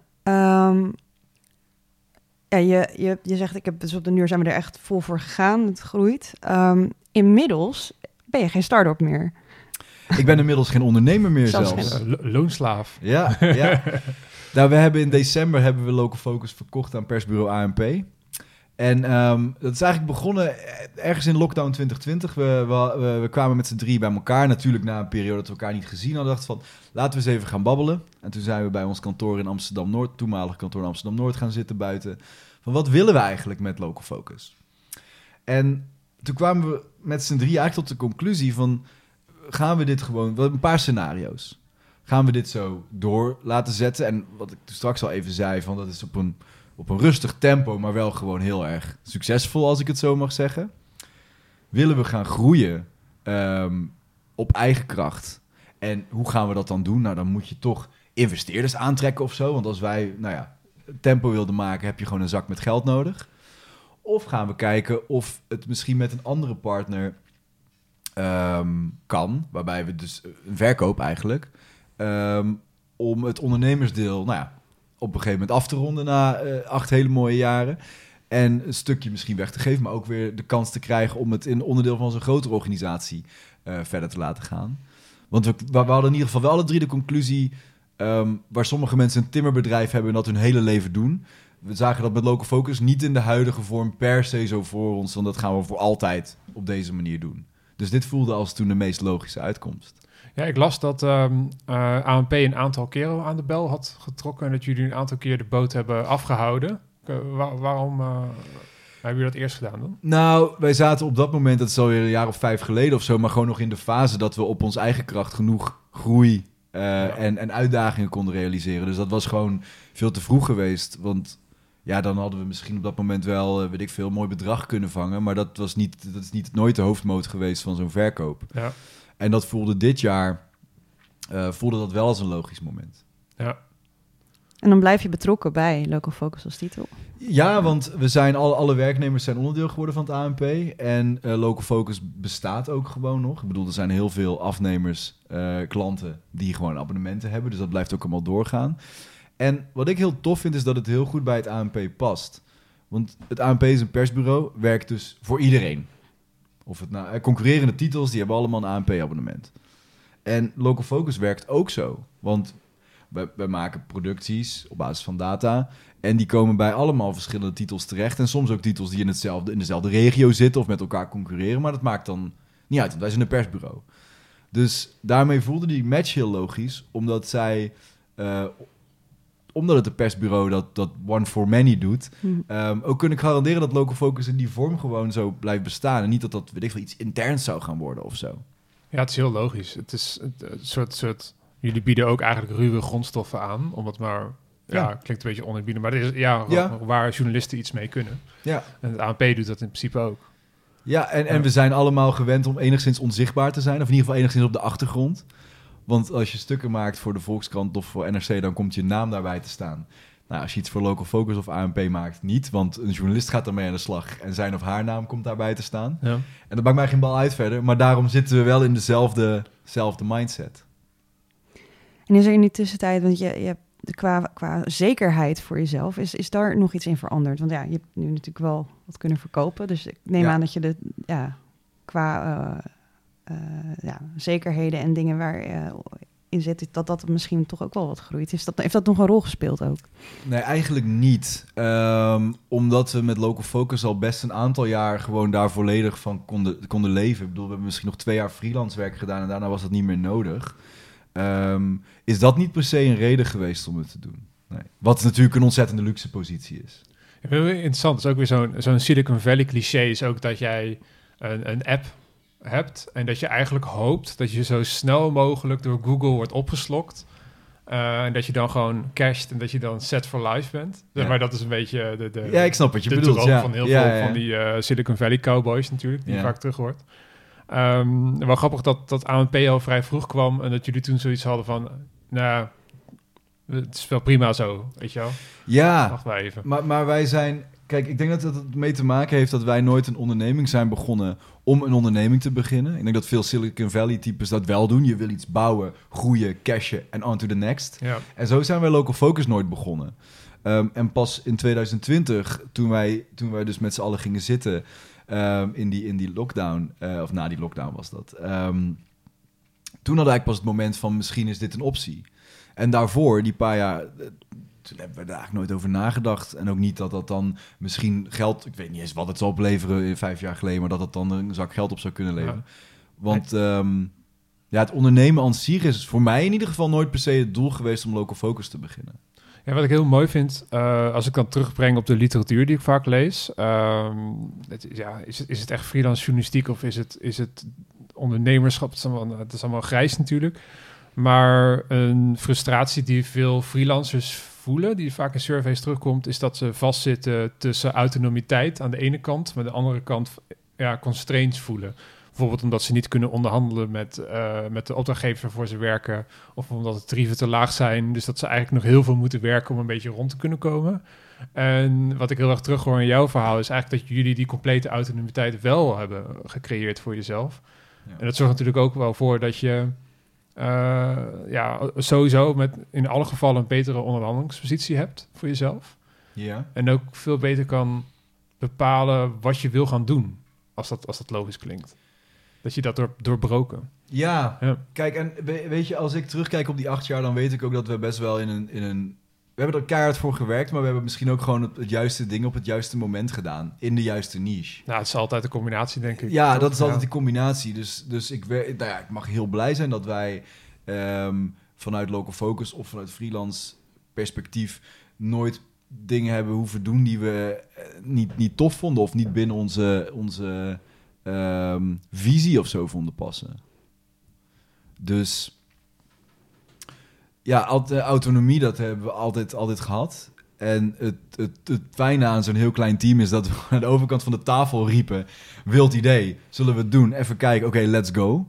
je zegt, ik heb dus op de duur zijn we er echt vol voor gegaan. Het groeit. Inmiddels ben je geen start-up meer. Ik ben inmiddels geen ondernemer meer zelfs. Loonslaaf. Ja. Nou, we hebben in december Local Focus verkocht aan persbureau ANP... En dat is eigenlijk begonnen ergens in lockdown 2020. We kwamen met z'n 3 bij elkaar. Natuurlijk na een periode dat we elkaar niet gezien hadden. Dachten van, laten we eens even gaan babbelen. En toen zijn we bij ons kantoor in Amsterdam-Noord... toenmalig kantoor in Amsterdam-Noord gaan zitten buiten. Van, wat willen we eigenlijk met Local Focus? En toen kwamen we met z'n 3 eigenlijk tot de conclusie van... gaan we dit gewoon... een paar scenario's. Gaan we dit zo door laten zetten? En wat ik straks al even zei, van dat is op een rustig tempo, maar wel gewoon heel erg succesvol, als ik het zo mag zeggen. Willen we gaan groeien op eigen kracht? En hoe gaan we dat dan doen? Nou, dan moet je toch investeerders aantrekken of zo. Want als wij, tempo wilden maken, heb je gewoon een zak met geld nodig. Of gaan we kijken of het misschien met een andere partner kan. Waarbij we dus een verkoop eigenlijk... om het ondernemersdeel... op een gegeven moment af te ronden na 8 hele mooie jaren. En een stukje misschien weg te geven, maar ook weer de kans te krijgen om het in onderdeel van zo'n grotere organisatie verder te laten gaan. Want we hadden in ieder geval wel alle 3 de conclusie, waar sommige mensen een timmerbedrijf hebben en dat hun hele leven doen. We zagen dat met Local Focus niet in de huidige vorm per se zo voor ons, want dat gaan we voor altijd op deze manier doen. Dus dit voelde als toen de meest logische uitkomst. Ja, ik las dat ANP een aantal keren aan de bel had getrokken... en dat jullie een aantal keer de boot hebben afgehouden. Waarom hebben jullie dat eerst gedaan dan? Nou, wij zaten op dat moment, dat is alweer een jaar of 5 geleden of zo... maar gewoon nog in de fase dat we op ons eigen kracht genoeg groei en uitdagingen konden realiseren. Dus dat was gewoon veel te vroeg geweest. Want ja, dan hadden we misschien op dat moment wel, een mooi bedrag kunnen vangen... maar dat is nooit de hoofdmoot geweest van zo'n verkoop. Ja. En dat voelde dit jaar dat wel als een logisch moment. Ja. En dan blijf je betrokken bij Local Focus als titel? Ja, want we zijn alle werknemers zijn onderdeel geworden van het ANP. En Local Focus bestaat ook gewoon nog. Ik bedoel, er zijn heel veel afnemers, klanten die gewoon abonnementen hebben. Dus dat blijft ook allemaal doorgaan. En wat ik heel tof vind, is dat het heel goed bij het ANP past. Want het ANP is een persbureau, werkt dus voor iedereen. Of het concurrerende titels, die hebben allemaal een ANP-abonnement. En Local Focus werkt ook zo. Want we maken producties op basis van data. En die komen bij allemaal verschillende titels terecht. En soms ook titels die in dezelfde regio zitten of met elkaar concurreren. Maar dat maakt dan niet uit, want wij zijn een persbureau. Dus daarmee voelde die match heel logisch. Omdat het een persbureau dat one for many doet... ook kunnen garanderen dat Local Focus in die vorm gewoon zo blijft bestaan. En niet dat iets interns zou gaan worden of zo. Ja, het is heel logisch. Het is een soort jullie bieden ook eigenlijk ruwe grondstoffen aan, om het maar klinkt een beetje oneerbiedig, maar dit is waar journalisten iets mee kunnen. Ja. En het ANP doet dat in principe ook. Ja, en we zijn allemaal gewend om enigszins onzichtbaar te zijn. Of in ieder geval enigszins op de achtergrond. Want als je stukken maakt voor de Volkskrant of voor NRC, dan komt je naam daarbij te staan. Nou, als je iets voor Local Focus of ANP maakt, niet. Want een journalist gaat daarmee aan de slag en zijn of haar naam komt daarbij te staan. Ja. En dat maakt mij geen bal uit verder. Maar daarom zitten we wel in dezelfde mindset. En is er in die tussentijd, want je hebt qua zekerheid voor jezelf, is daar nog iets in veranderd? Want ja, je hebt nu natuurlijk wel wat kunnen verkopen. Dus ik neem aan dat je qua zekerheden en dingen waar in zit, dat misschien toch ook wel wat groeit. Heeft dat nog een rol gespeeld ook? Nee, eigenlijk niet. Omdat we met Local Focus al best een aantal jaar gewoon daar volledig van konden leven. Ik bedoel, we hebben misschien nog 2 jaar freelance werk gedaan en daarna was dat niet meer nodig. Is dat niet per se een reden geweest om het te doen? Nee. Wat natuurlijk een ontzettende luxe positie is. Ja, heel interessant. Het is ook weer zo'n Silicon Valley cliché is ook dat jij een app hebt en dat je eigenlijk hoopt dat je zo snel mogelijk door Google wordt opgeslokt. En dat je dan gewoon casht en dat je dan set for life bent. Ja. Maar dat is een beetje ja, ik snap wat je bedoelt. Van heel veel van die Silicon Valley cowboys natuurlijk, die vaak terug hoort. Wel grappig dat ANP al vrij vroeg kwam en dat jullie toen zoiets hadden van, nou, het is wel prima zo, weet je wel? Ja, wacht maar even. Maar wij zijn, kijk, ik denk dat het mee te maken heeft dat wij nooit een onderneming zijn begonnen om een onderneming te beginnen. Ik denk dat veel Silicon Valley types dat wel doen. Je wil iets bouwen, groeien, cashen en on to the next. Ja. En zo zijn wij Local Focus nooit begonnen. En pas in 2020, toen wij dus met z'n allen gingen zitten in die lockdown, of na die lockdown was dat. Toen hadden we eigenlijk pas het moment van misschien is dit een optie. En daarvoor, die paar jaar, toen hebben we er eigenlijk nooit over nagedacht. En ook niet dat dat dan misschien geld, ik weet niet eens wat het zal opleveren 5 jaar geleden, maar dat het dan een zak geld op zou kunnen leveren. Ja. Want het ondernemen aan zich is voor mij in ieder geval nooit per se het doel geweest om Local Focus te beginnen. Ja, wat ik heel mooi vind, als ik dan terugbreng op de literatuur die ik vaak lees, is het echt freelance journalistiek of is het ondernemerschap? Het is allemaal grijs natuurlijk. Maar een frustratie die veel freelancers voelen, die vaak in surveys terugkomt, is dat ze vastzitten tussen autonomiteit aan de ene kant, maar aan de andere kant constraints voelen. Bijvoorbeeld omdat ze niet kunnen onderhandelen met de opdrachtgever waarvoor ze werken, of omdat de tarieven te laag zijn, dus dat ze eigenlijk nog heel veel moeten werken om een beetje rond te kunnen komen. En wat ik heel erg terughoor in jouw verhaal is eigenlijk dat jullie die complete autonomiteit wel hebben gecreëerd voor jezelf. Ja. En dat zorgt natuurlijk ook wel voor dat je sowieso in alle gevallen een betere onderhandelingspositie hebt voor jezelf. Ja. En ook veel beter kan bepalen wat je wil gaan doen, als dat logisch klinkt. Dat je dat doorbroken. Ja, kijk, en weet je, als ik terugkijk op die 8 jaar, dan weet ik ook dat we best wel in een we hebben er keihard voor gewerkt, maar we hebben misschien ook gewoon het juiste ding op het juiste moment gedaan. In de juiste niche. Nou, het is altijd een combinatie, denk ik. Ja, dat is altijd een combinatie. Dus ik mag heel blij zijn dat wij vanuit Local Focus of vanuit freelance perspectief nooit dingen hebben hoeven doen die we niet tof vonden of niet binnen onze visie of zo vonden passen. Dus ja, autonomie, dat hebben we altijd gehad. En het fijne aan zo'n heel klein team is dat we aan de overkant van de tafel riepen, wild idee, zullen we het doen? Even kijken, oké, let's go.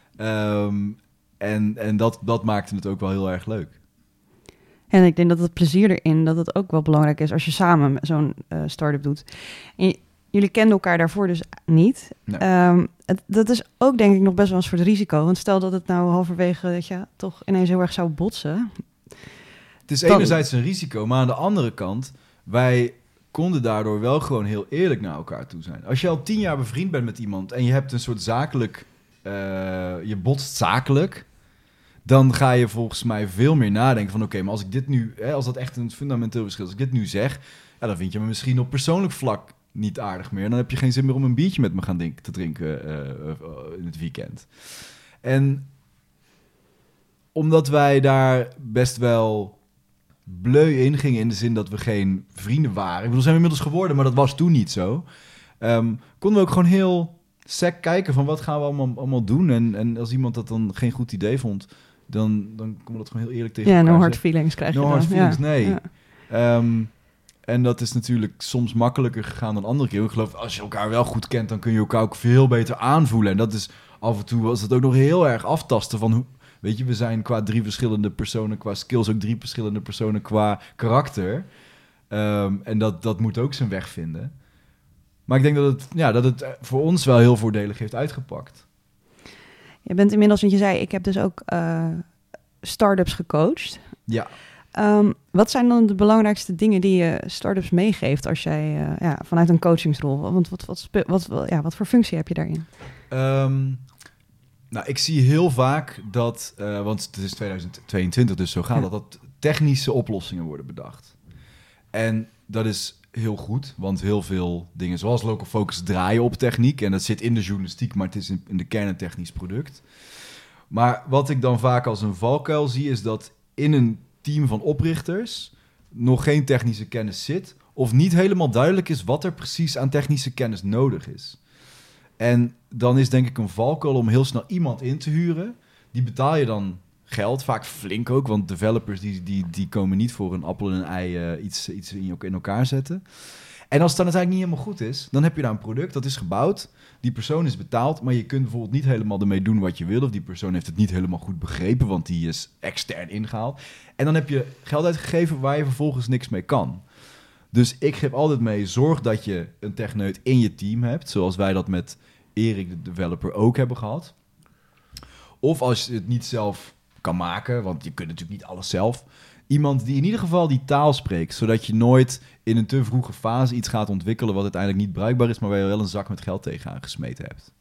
En dat maakte het ook wel heel erg leuk. En ik denk dat het plezier erin, dat het ook wel belangrijk is als je samen zo'n start-up doet. En jullie kenden elkaar daarvoor dus niet. Nee. Dat is ook denk ik nog best wel een soort risico. Want stel dat het nou halverwege toch ineens heel erg zou botsen. Het is enerzijds een risico, maar aan de andere kant, wij konden daardoor wel gewoon heel eerlijk naar elkaar toe zijn. Als je al 10 jaar bevriend bent met iemand en je hebt een soort zakelijk, je botst zakelijk, dan ga je volgens mij veel meer nadenken van oké, maar als ik dit nu, als dat echt een fundamenteel verschil is, als ik dit nu zeg, dan vind je me misschien op persoonlijk vlak niet aardig meer. Dan heb je geen zin meer om een biertje met me te drinken in het weekend. En omdat wij daar best wel bleu in gingen, in de zin dat we geen vrienden waren. Ik bedoel, zijn we inmiddels geworden, maar dat was toen niet zo. Konden we ook gewoon heel sec kijken van wat gaan we allemaal doen. En als iemand dat dan geen goed idee vond, dan komen we dat gewoon heel eerlijk tegen Ja, elkaar no hard zeggen. feelings krijg je No dan. hard feelings, Ja. nee. Ja. En dat is natuurlijk soms makkelijker gegaan dan andere keer. Ik geloof, als je elkaar wel goed kent, dan kun je elkaar ook veel beter aanvoelen. En dat is af en toe was het ook nog heel erg aftasten van hoe. Weet je, we zijn qua 3 verschillende personen, qua skills ook 3 verschillende personen qua karakter. En dat moet ook zijn weg vinden. Maar ik denk dat het voor ons wel heel voordelig heeft uitgepakt. Je bent inmiddels, want je zei, ik heb dus ook start-ups gecoacht. Ja. Wat zijn dan de belangrijkste dingen die je start-ups meegeeft als jij vanuit een coachingsrol? Want wat voor functie heb je daarin? Nou, ik zie heel vaak dat, want het is 2022, dus zo gaat dat technische oplossingen worden bedacht. En dat is heel goed, want heel veel dingen zoals Local Focus draaien op techniek. En dat zit in de journalistiek, maar het is in de kern een technisch product. Maar wat ik dan vaak als een valkuil zie, is dat in een team van oprichters nog geen technische kennis zit, of niet helemaal duidelijk is wat er precies aan technische kennis nodig is. En dan is denk ik een valkuil om heel snel iemand in te huren. Die betaal je dan geld, vaak flink ook, want developers die komen niet voor een appel en een ei iets in elkaar zetten. En als het dan uiteindelijk niet helemaal goed is, dan heb je daar een product, dat is gebouwd, die persoon is betaald, maar je kunt bijvoorbeeld niet helemaal ermee doen wat je wil, of die persoon heeft het niet helemaal goed begrepen, want die is extern ingehaald. En dan heb je geld uitgegeven waar je vervolgens niks mee kan. Dus ik geef altijd mee, zorg dat je een techneut in je team hebt, zoals wij dat met Erik, de developer, ook hebben gehad. Of als je het niet zelf kan maken, want je kunt natuurlijk niet alles zelf. Iemand die in ieder geval die taal spreekt, zodat je nooit in een te vroege fase iets gaat ontwikkelen wat uiteindelijk niet bruikbaar is, maar waar je wel een zak met geld tegenaan gesmeten hebt.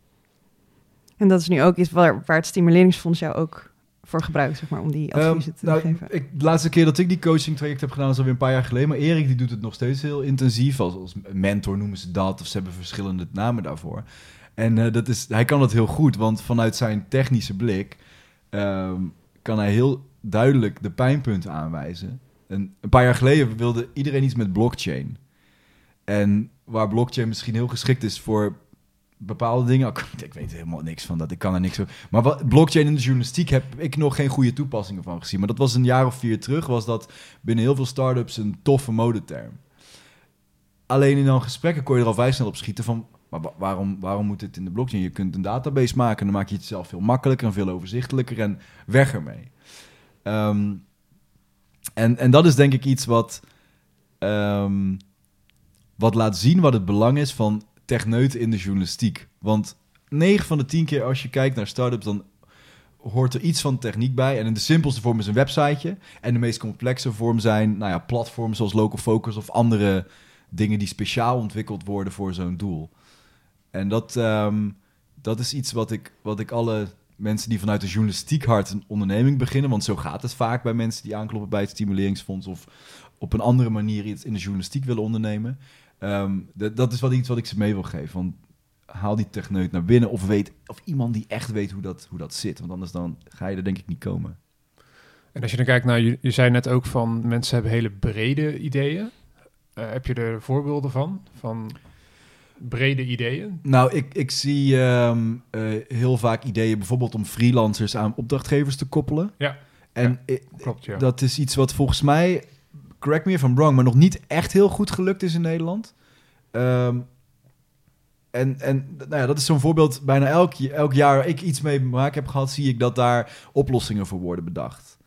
En dat is nu ook iets waar het Stimuleringsfonds jou ook voor gebruikt, zeg maar, om die adviezen te geven. De laatste keer dat ik die coaching traject heb gedaan is alweer een paar jaar geleden, maar Erik die doet het nog steeds heel intensief, als mentor noemen ze dat, of ze hebben verschillende namen daarvoor. En hij kan dat heel goed, want vanuit zijn technische blik kan hij heel duidelijk de pijnpunten aanwijzen. En een paar jaar geleden wilde iedereen iets met blockchain. En waar blockchain misschien heel geschikt is voor bepaalde dingen. Ik weet helemaal niks van dat, ik kan er niks over. Maar blockchain in de journalistiek heb ik nog geen goede toepassingen van gezien. Maar dat was een jaar of 4 terug, was dat binnen heel veel start-ups een toffe modeterm. Alleen in dan gesprekken kon je er al vrij snel op schieten van, maar waarom moet dit in de blockchain? Je kunt een database maken en dan maak je het zelf veel makkelijker en veel overzichtelijker en weg ermee. En dat is denk ik iets wat laat zien wat het belang is van techneuten in de journalistiek. Want 9 van de 10 keer als je kijkt naar start-ups, dan hoort er iets van techniek bij. En in de simpelste vorm is een websiteje. En de meest complexe vorm zijn platforms zoals Local Focus of andere dingen die speciaal ontwikkeld worden voor zo'n doel. En dat is iets wat ik alle mensen die vanuit de journalistiek hart een onderneming beginnen, want zo gaat het vaak bij mensen die aankloppen bij het Stimuleringsfonds of op een andere manier iets in de journalistiek willen ondernemen. Dat is iets wat ik ze mee wil geven. Want haal die techneut naar binnen of iemand die echt weet hoe dat zit. Want anders dan ga je er denk ik niet komen. En als je dan kijkt naar, je zei net ook van mensen hebben hele brede ideeën. Heb je er voorbeelden van brede ideeën? Nou, ik zie heel vaak ideeën bijvoorbeeld om freelancers aan opdrachtgevers te koppelen. Ja, en klopt, ja. Dat is iets wat volgens mij, correct me if I'm wrong, maar nog niet echt heel goed gelukt is in Nederland. Dat is zo'n voorbeeld. Bijna elk jaar waar ik iets mee te maken heb gehad, zie ik dat daar oplossingen voor worden bedacht.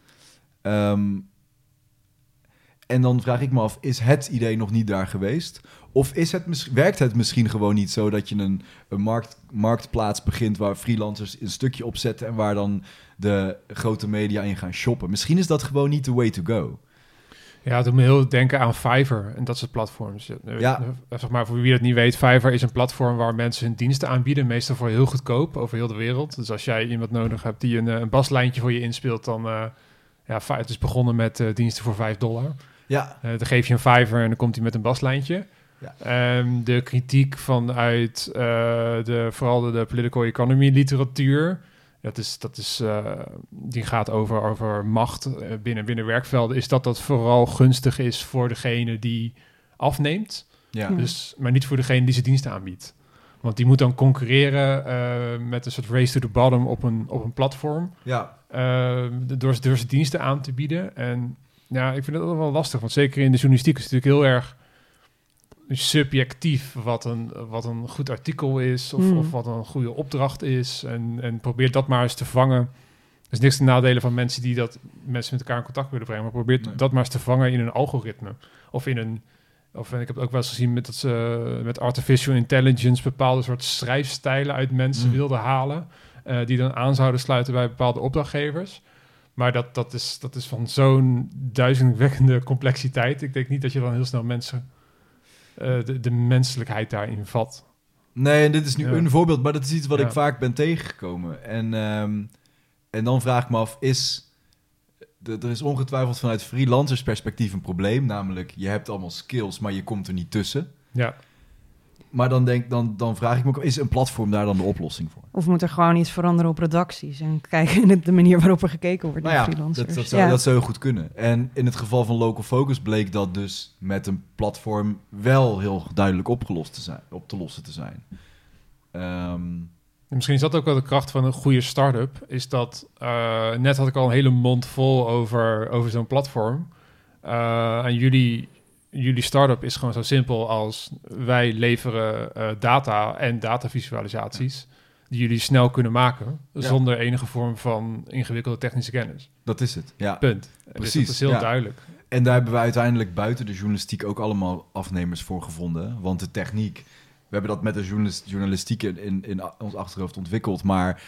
En dan vraag ik me af, is het idee nog niet daar geweest? Of werkt het misschien gewoon niet zo dat je een marktplaats begint waar freelancers een stukje opzetten en waar dan de grote media in gaan shoppen? Misschien is dat gewoon niet the way to go. Ja, het doet me heel denken aan Fiverr en dat soort platforms. Ja. Zeg maar, voor wie dat niet weet, Fiverr is een platform waar mensen hun diensten aanbieden, meestal voor heel goedkoop over heel de wereld. Dus als jij iemand nodig hebt die een baslijntje voor je inspeelt, dan het is begonnen met diensten voor $5. Ja. Dan geef je een Fiverr en dan komt hij met een baslijntje. Ja. De kritiek vanuit vooral de political economy literatuur, die gaat over macht binnen werkvelden, is dat vooral gunstig is voor degene die afneemt, maar niet voor degene die zijn diensten aanbiedt. Want die moet dan concurreren met een soort race to the bottom op een platform. Ja. door zijn diensten aan te bieden. En ja, ik vind het wel lastig, want zeker in de journalistiek is het natuurlijk heel erg subjectief wat een goed artikel is of wat een goede opdracht is. En probeer dat maar eens te vangen. Er is niks te nadelen van mensen die mensen met elkaar in contact willen brengen, maar probeer dat maar eens te vangen in een ik heb het ook wel eens gezien dat ze met artificial intelligence bepaalde soort schrijfstijlen uit mensen wilden halen, die dan aan zouden sluiten bij bepaalde opdrachtgevers. Maar dat is van zo'n duizelingwekkende complexiteit. Ik denk niet dat je dan heel snel mensen de menselijkheid daarin vat. Nee, en dit is nu een voorbeeld, maar dat is iets wat ik vaak ben tegengekomen. En dan vraag ik me af, er is ongetwijfeld vanuit freelancersperspectief een probleem, namelijk je hebt allemaal skills, maar je komt er niet tussen. Ja. Maar dan vraag ik me ook, is een platform daar dan de oplossing voor? Of moet er gewoon iets veranderen op redacties en kijken in de manier waarop er gekeken wordt naar freelancers? Dat zou goed kunnen. En in het geval van Local Focus bleek dat dus met een platform wel heel duidelijk op te lossen te zijn. Misschien is dat ook wel de kracht van een goede start-up. Is dat, net had ik al een hele mond vol over zo'n platform. En jullie start-up is gewoon zo simpel als wij leveren data en datavisualisaties die jullie snel kunnen maken zonder enige vorm van ingewikkelde technische kennis. Dat is het, ja. Punt. Precies. Dus dat is heel duidelijk. En daar hebben we uiteindelijk buiten de journalistiek ook allemaal afnemers voor gevonden. Want de techniek, we hebben dat met de journalistiek in ons achterhoofd ontwikkeld. Maar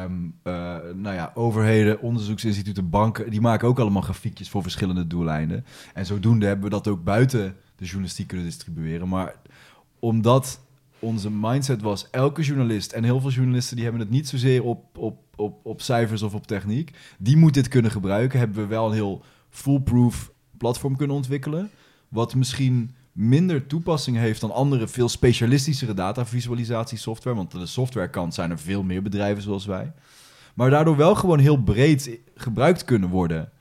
overheden, onderzoeksinstituten, banken, die maken ook allemaal grafiekjes voor verschillende doeleinden. En zodoende hebben we dat ook buiten de journalistiek kunnen distribueren. Maar omdat onze mindset was, elke journalist en heel veel journalisten die hebben het niet zozeer op cijfers of op techniek. Die moet dit kunnen gebruiken. Hebben we wel een heel foolproof platform kunnen ontwikkelen. Wat misschien minder toepassing heeft dan andere, veel specialistischere datavisualisatiesoftware. Want aan de softwarekant zijn er veel meer bedrijven zoals wij. Maar daardoor wel gewoon heel breed gebruikt kunnen worden.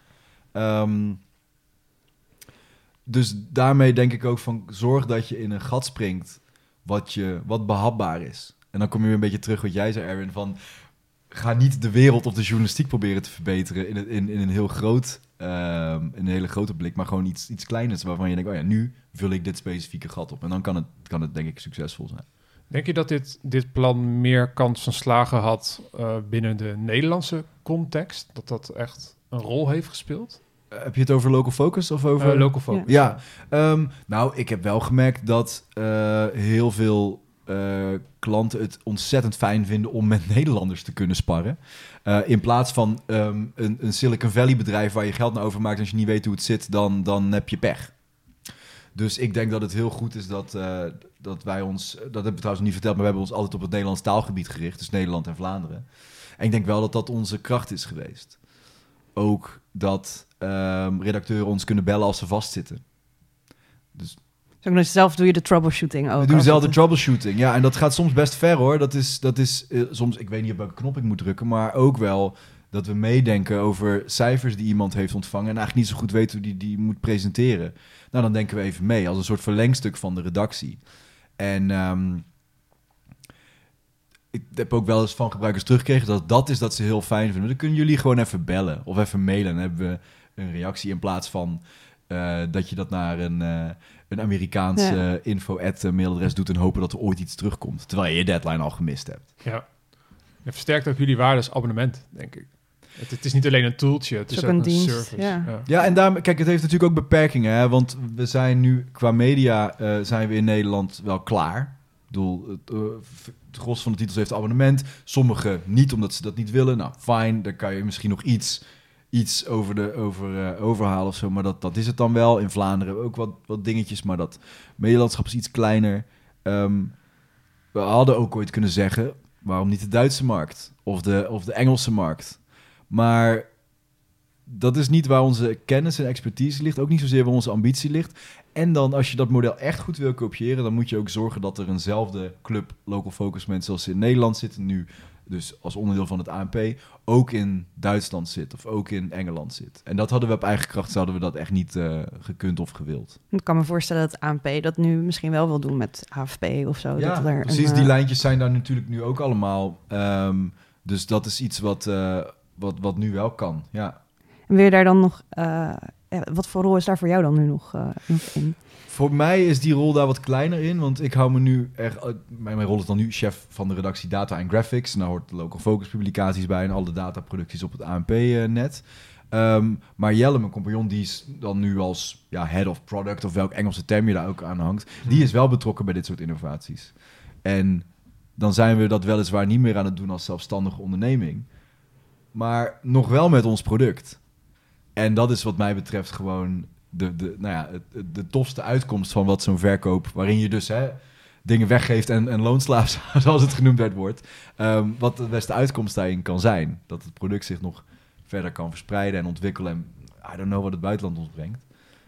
Dus daarmee denk ik ook van, zorg dat je in een gat springt wat behapbaar is. En dan kom je weer een beetje terug wat jij zei, Erwin, van ga niet de wereld of de journalistiek proberen te verbeteren in een heel groot, in een hele grote blik, maar gewoon iets kleiners waarvan je denkt, nu vul ik dit specifieke gat op. En dan kan het denk ik succesvol zijn. Denk je dat dit plan meer kans van slagen had binnen de Nederlandse context? Dat echt een rol heeft gespeeld? Heb je het over Local Focus of over... Local Focus. Ja. Ik heb wel gemerkt dat heel veel klanten het ontzettend fijn vinden om met Nederlanders te kunnen sparren. In plaats van een Silicon Valley bedrijf waar je geld naar overmaakt en als je niet weet hoe het zit, dan heb je pech. Dus ik denk dat het heel goed is dat wij ons... Dat hebben we trouwens niet verteld, maar we hebben ons altijd op het Nederlands taalgebied gericht. Dus Nederland en Vlaanderen. En ik denk wel dat onze kracht is geweest. Ook dat redacteuren ons kunnen bellen als ze vastzitten. Dus zelf doe je de troubleshooting ook. We doen zelf de troubleshooting, ja. En dat gaat soms best ver, hoor. Dat is soms... Ik weet niet op welke knop ik moet drukken, maar ook wel dat we meedenken over cijfers die iemand heeft ontvangen en eigenlijk niet zo goed weet hoe die moet presenteren. Nou, dan denken we even mee, als een soort verlengstuk van de redactie. En ik heb ook wel eens van gebruikers teruggekregen dat ze heel fijn vinden. Dan kunnen jullie gewoon even bellen of even mailen. Dan hebben we een reactie in plaats van dat je dat naar een Amerikaans info@mailadres doet en hopen dat er ooit iets terugkomt. Terwijl je deadline al gemist hebt. Ja. Het versterkt ook jullie waarde als abonnement, denk ik. Het is niet alleen een tooltje, het is ook een dienst, service. Ja, en daarom, kijk, het heeft natuurlijk ook beperkingen. Hè? Want we zijn nu, qua media, zijn we in Nederland wel klaar. Ik bedoel, het gros van de titels heeft abonnement. Sommige niet, omdat ze dat niet willen. Nou, fijn, dan kan je misschien nog iets overhalen of zo. Maar dat is het dan wel. In Vlaanderen ook wat dingetjes, maar dat medielandschap is iets kleiner. We hadden ook ooit kunnen zeggen, waarom niet de Duitse markt of de Engelse markt? Maar dat is niet waar onze kennis en expertise ligt. Ook niet zozeer waar onze ambitie ligt. En dan, als je dat model echt goed wil kopiëren, dan moet je ook zorgen dat er eenzelfde club Local Focus mensen zoals ze in Nederland zitten nu, dus als onderdeel van het ANP, ook in Duitsland zit of ook in Engeland zit. En dat hadden we op eigen kracht, zouden we dat echt niet gekund of gewild. Ik kan me voorstellen dat het ANP dat nu misschien wel wil doen met AFP of zo. Ja, dat er precies. Die lijntjes zijn daar natuurlijk nu ook allemaal. Dus dat is iets wat nu wel kan, ja. En wil je daar dan nog... wat voor rol is daar voor jou dan nu nog in? Voor mij is die rol daar wat kleiner in, want ik hou me nu echt... Mijn rol is dan nu chef van de redactie Data en Graphics. En daar hoort de Local Focus publicaties bij en alle dataproducties op het ANP-net. Maar Jelle, mijn compagnon, die is dan nu als head of product, of welk Engelse term je daar ook aan hangt, die is wel betrokken bij dit soort innovaties. En dan zijn we dat weliswaar niet meer aan het doen als zelfstandige onderneming, maar nog wel met ons product. En dat is wat mij betreft gewoon de tofste uitkomst van wat zo'n verkoop, waarin je dus dingen weggeeft en loonslaaf, zoals het genoemd wordt, wat de beste uitkomst daarin kan zijn. Dat het product zich nog verder kan verspreiden en ontwikkelen en I don't know wat het buitenland ons brengt.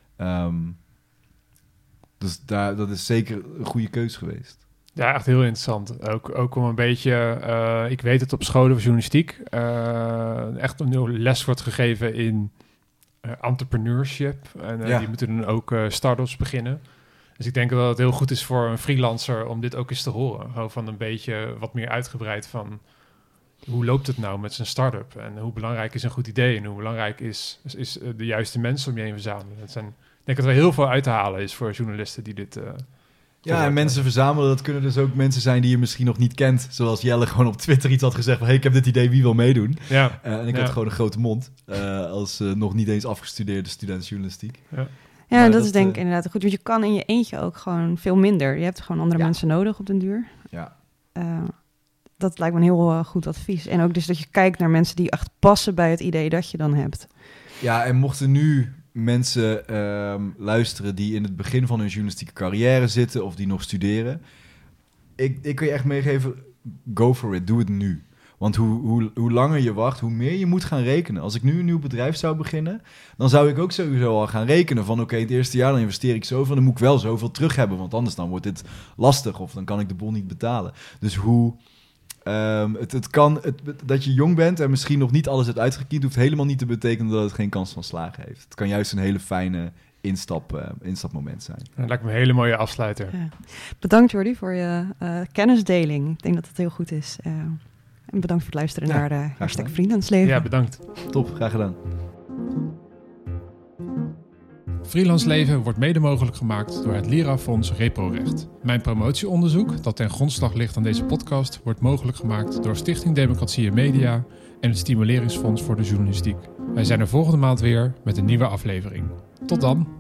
Dus dat is zeker een goede keus geweest. Ja, echt heel interessant. Ook om een beetje... ik weet het op scholen van journalistiek. Echt een les wordt gegeven in entrepreneurship. En die moeten dan ook start-ups beginnen. Dus ik denk dat het heel goed is voor een freelancer om dit ook eens te horen. Gewoon van een beetje wat meer uitgebreid van... Hoe loopt het nou met zijn start-up? En hoe belangrijk is een goed idee? En hoe belangrijk is de juiste mensen om je heen verzamelen? Ik denk dat er heel veel uit te halen is voor journalisten die dit... en mensen verzamelen, dat kunnen dus ook mensen zijn die je misschien nog niet kent. Zoals Jelle gewoon op Twitter iets had gezegd van... hey, ik heb dit idee, wie wil meedoen? Ja. En ik had gewoon een grote mond. Als nog niet eens afgestudeerde student journalistiek. Ja, dat is denk ik inderdaad goed. Want je kan in je eentje ook gewoon veel minder. Je hebt gewoon andere mensen nodig op den duur. Ja. Dat lijkt me een heel goed advies. En ook dus dat je kijkt naar mensen die echt passen bij het idee dat je dan hebt. Ja, en mochten nu mensen luisteren die in het begin van hun journalistieke carrière zitten of die nog studeren. Ik kan je echt meegeven, go for it, doe het nu. Want hoe langer je wacht, hoe meer je moet gaan rekenen. Als ik nu een nieuw bedrijf zou beginnen, dan zou ik ook sowieso al gaan rekenen van oké, het eerste jaar dan investeer ik zoveel, dan moet ik wel zoveel terug hebben, want anders dan wordt dit lastig of dan kan ik de boel niet betalen. Dus het kan, dat je jong bent en misschien nog niet alles hebt uitgekiend, hoeft helemaal niet te betekenen dat het geen kans van slagen heeft. Het kan juist een hele fijne instapmoment zijn. Dat lijkt me een hele mooie afsluiter. Ja. Bedankt Jordi voor je kennisdeling. Ik denk dat het heel goed is. En bedankt voor het luisteren naar #Freelanceleven. Ja, bedankt. Top, graag gedaan. Freelance Leven wordt mede mogelijk gemaakt door het Lira-fonds ReproRecht. Mijn promotieonderzoek, dat ten grondslag ligt aan deze podcast, wordt mogelijk gemaakt door Stichting Democratie en Media en het Stimuleringsfonds voor de Journalistiek. Wij zijn er volgende maand weer met een nieuwe aflevering. Tot dan!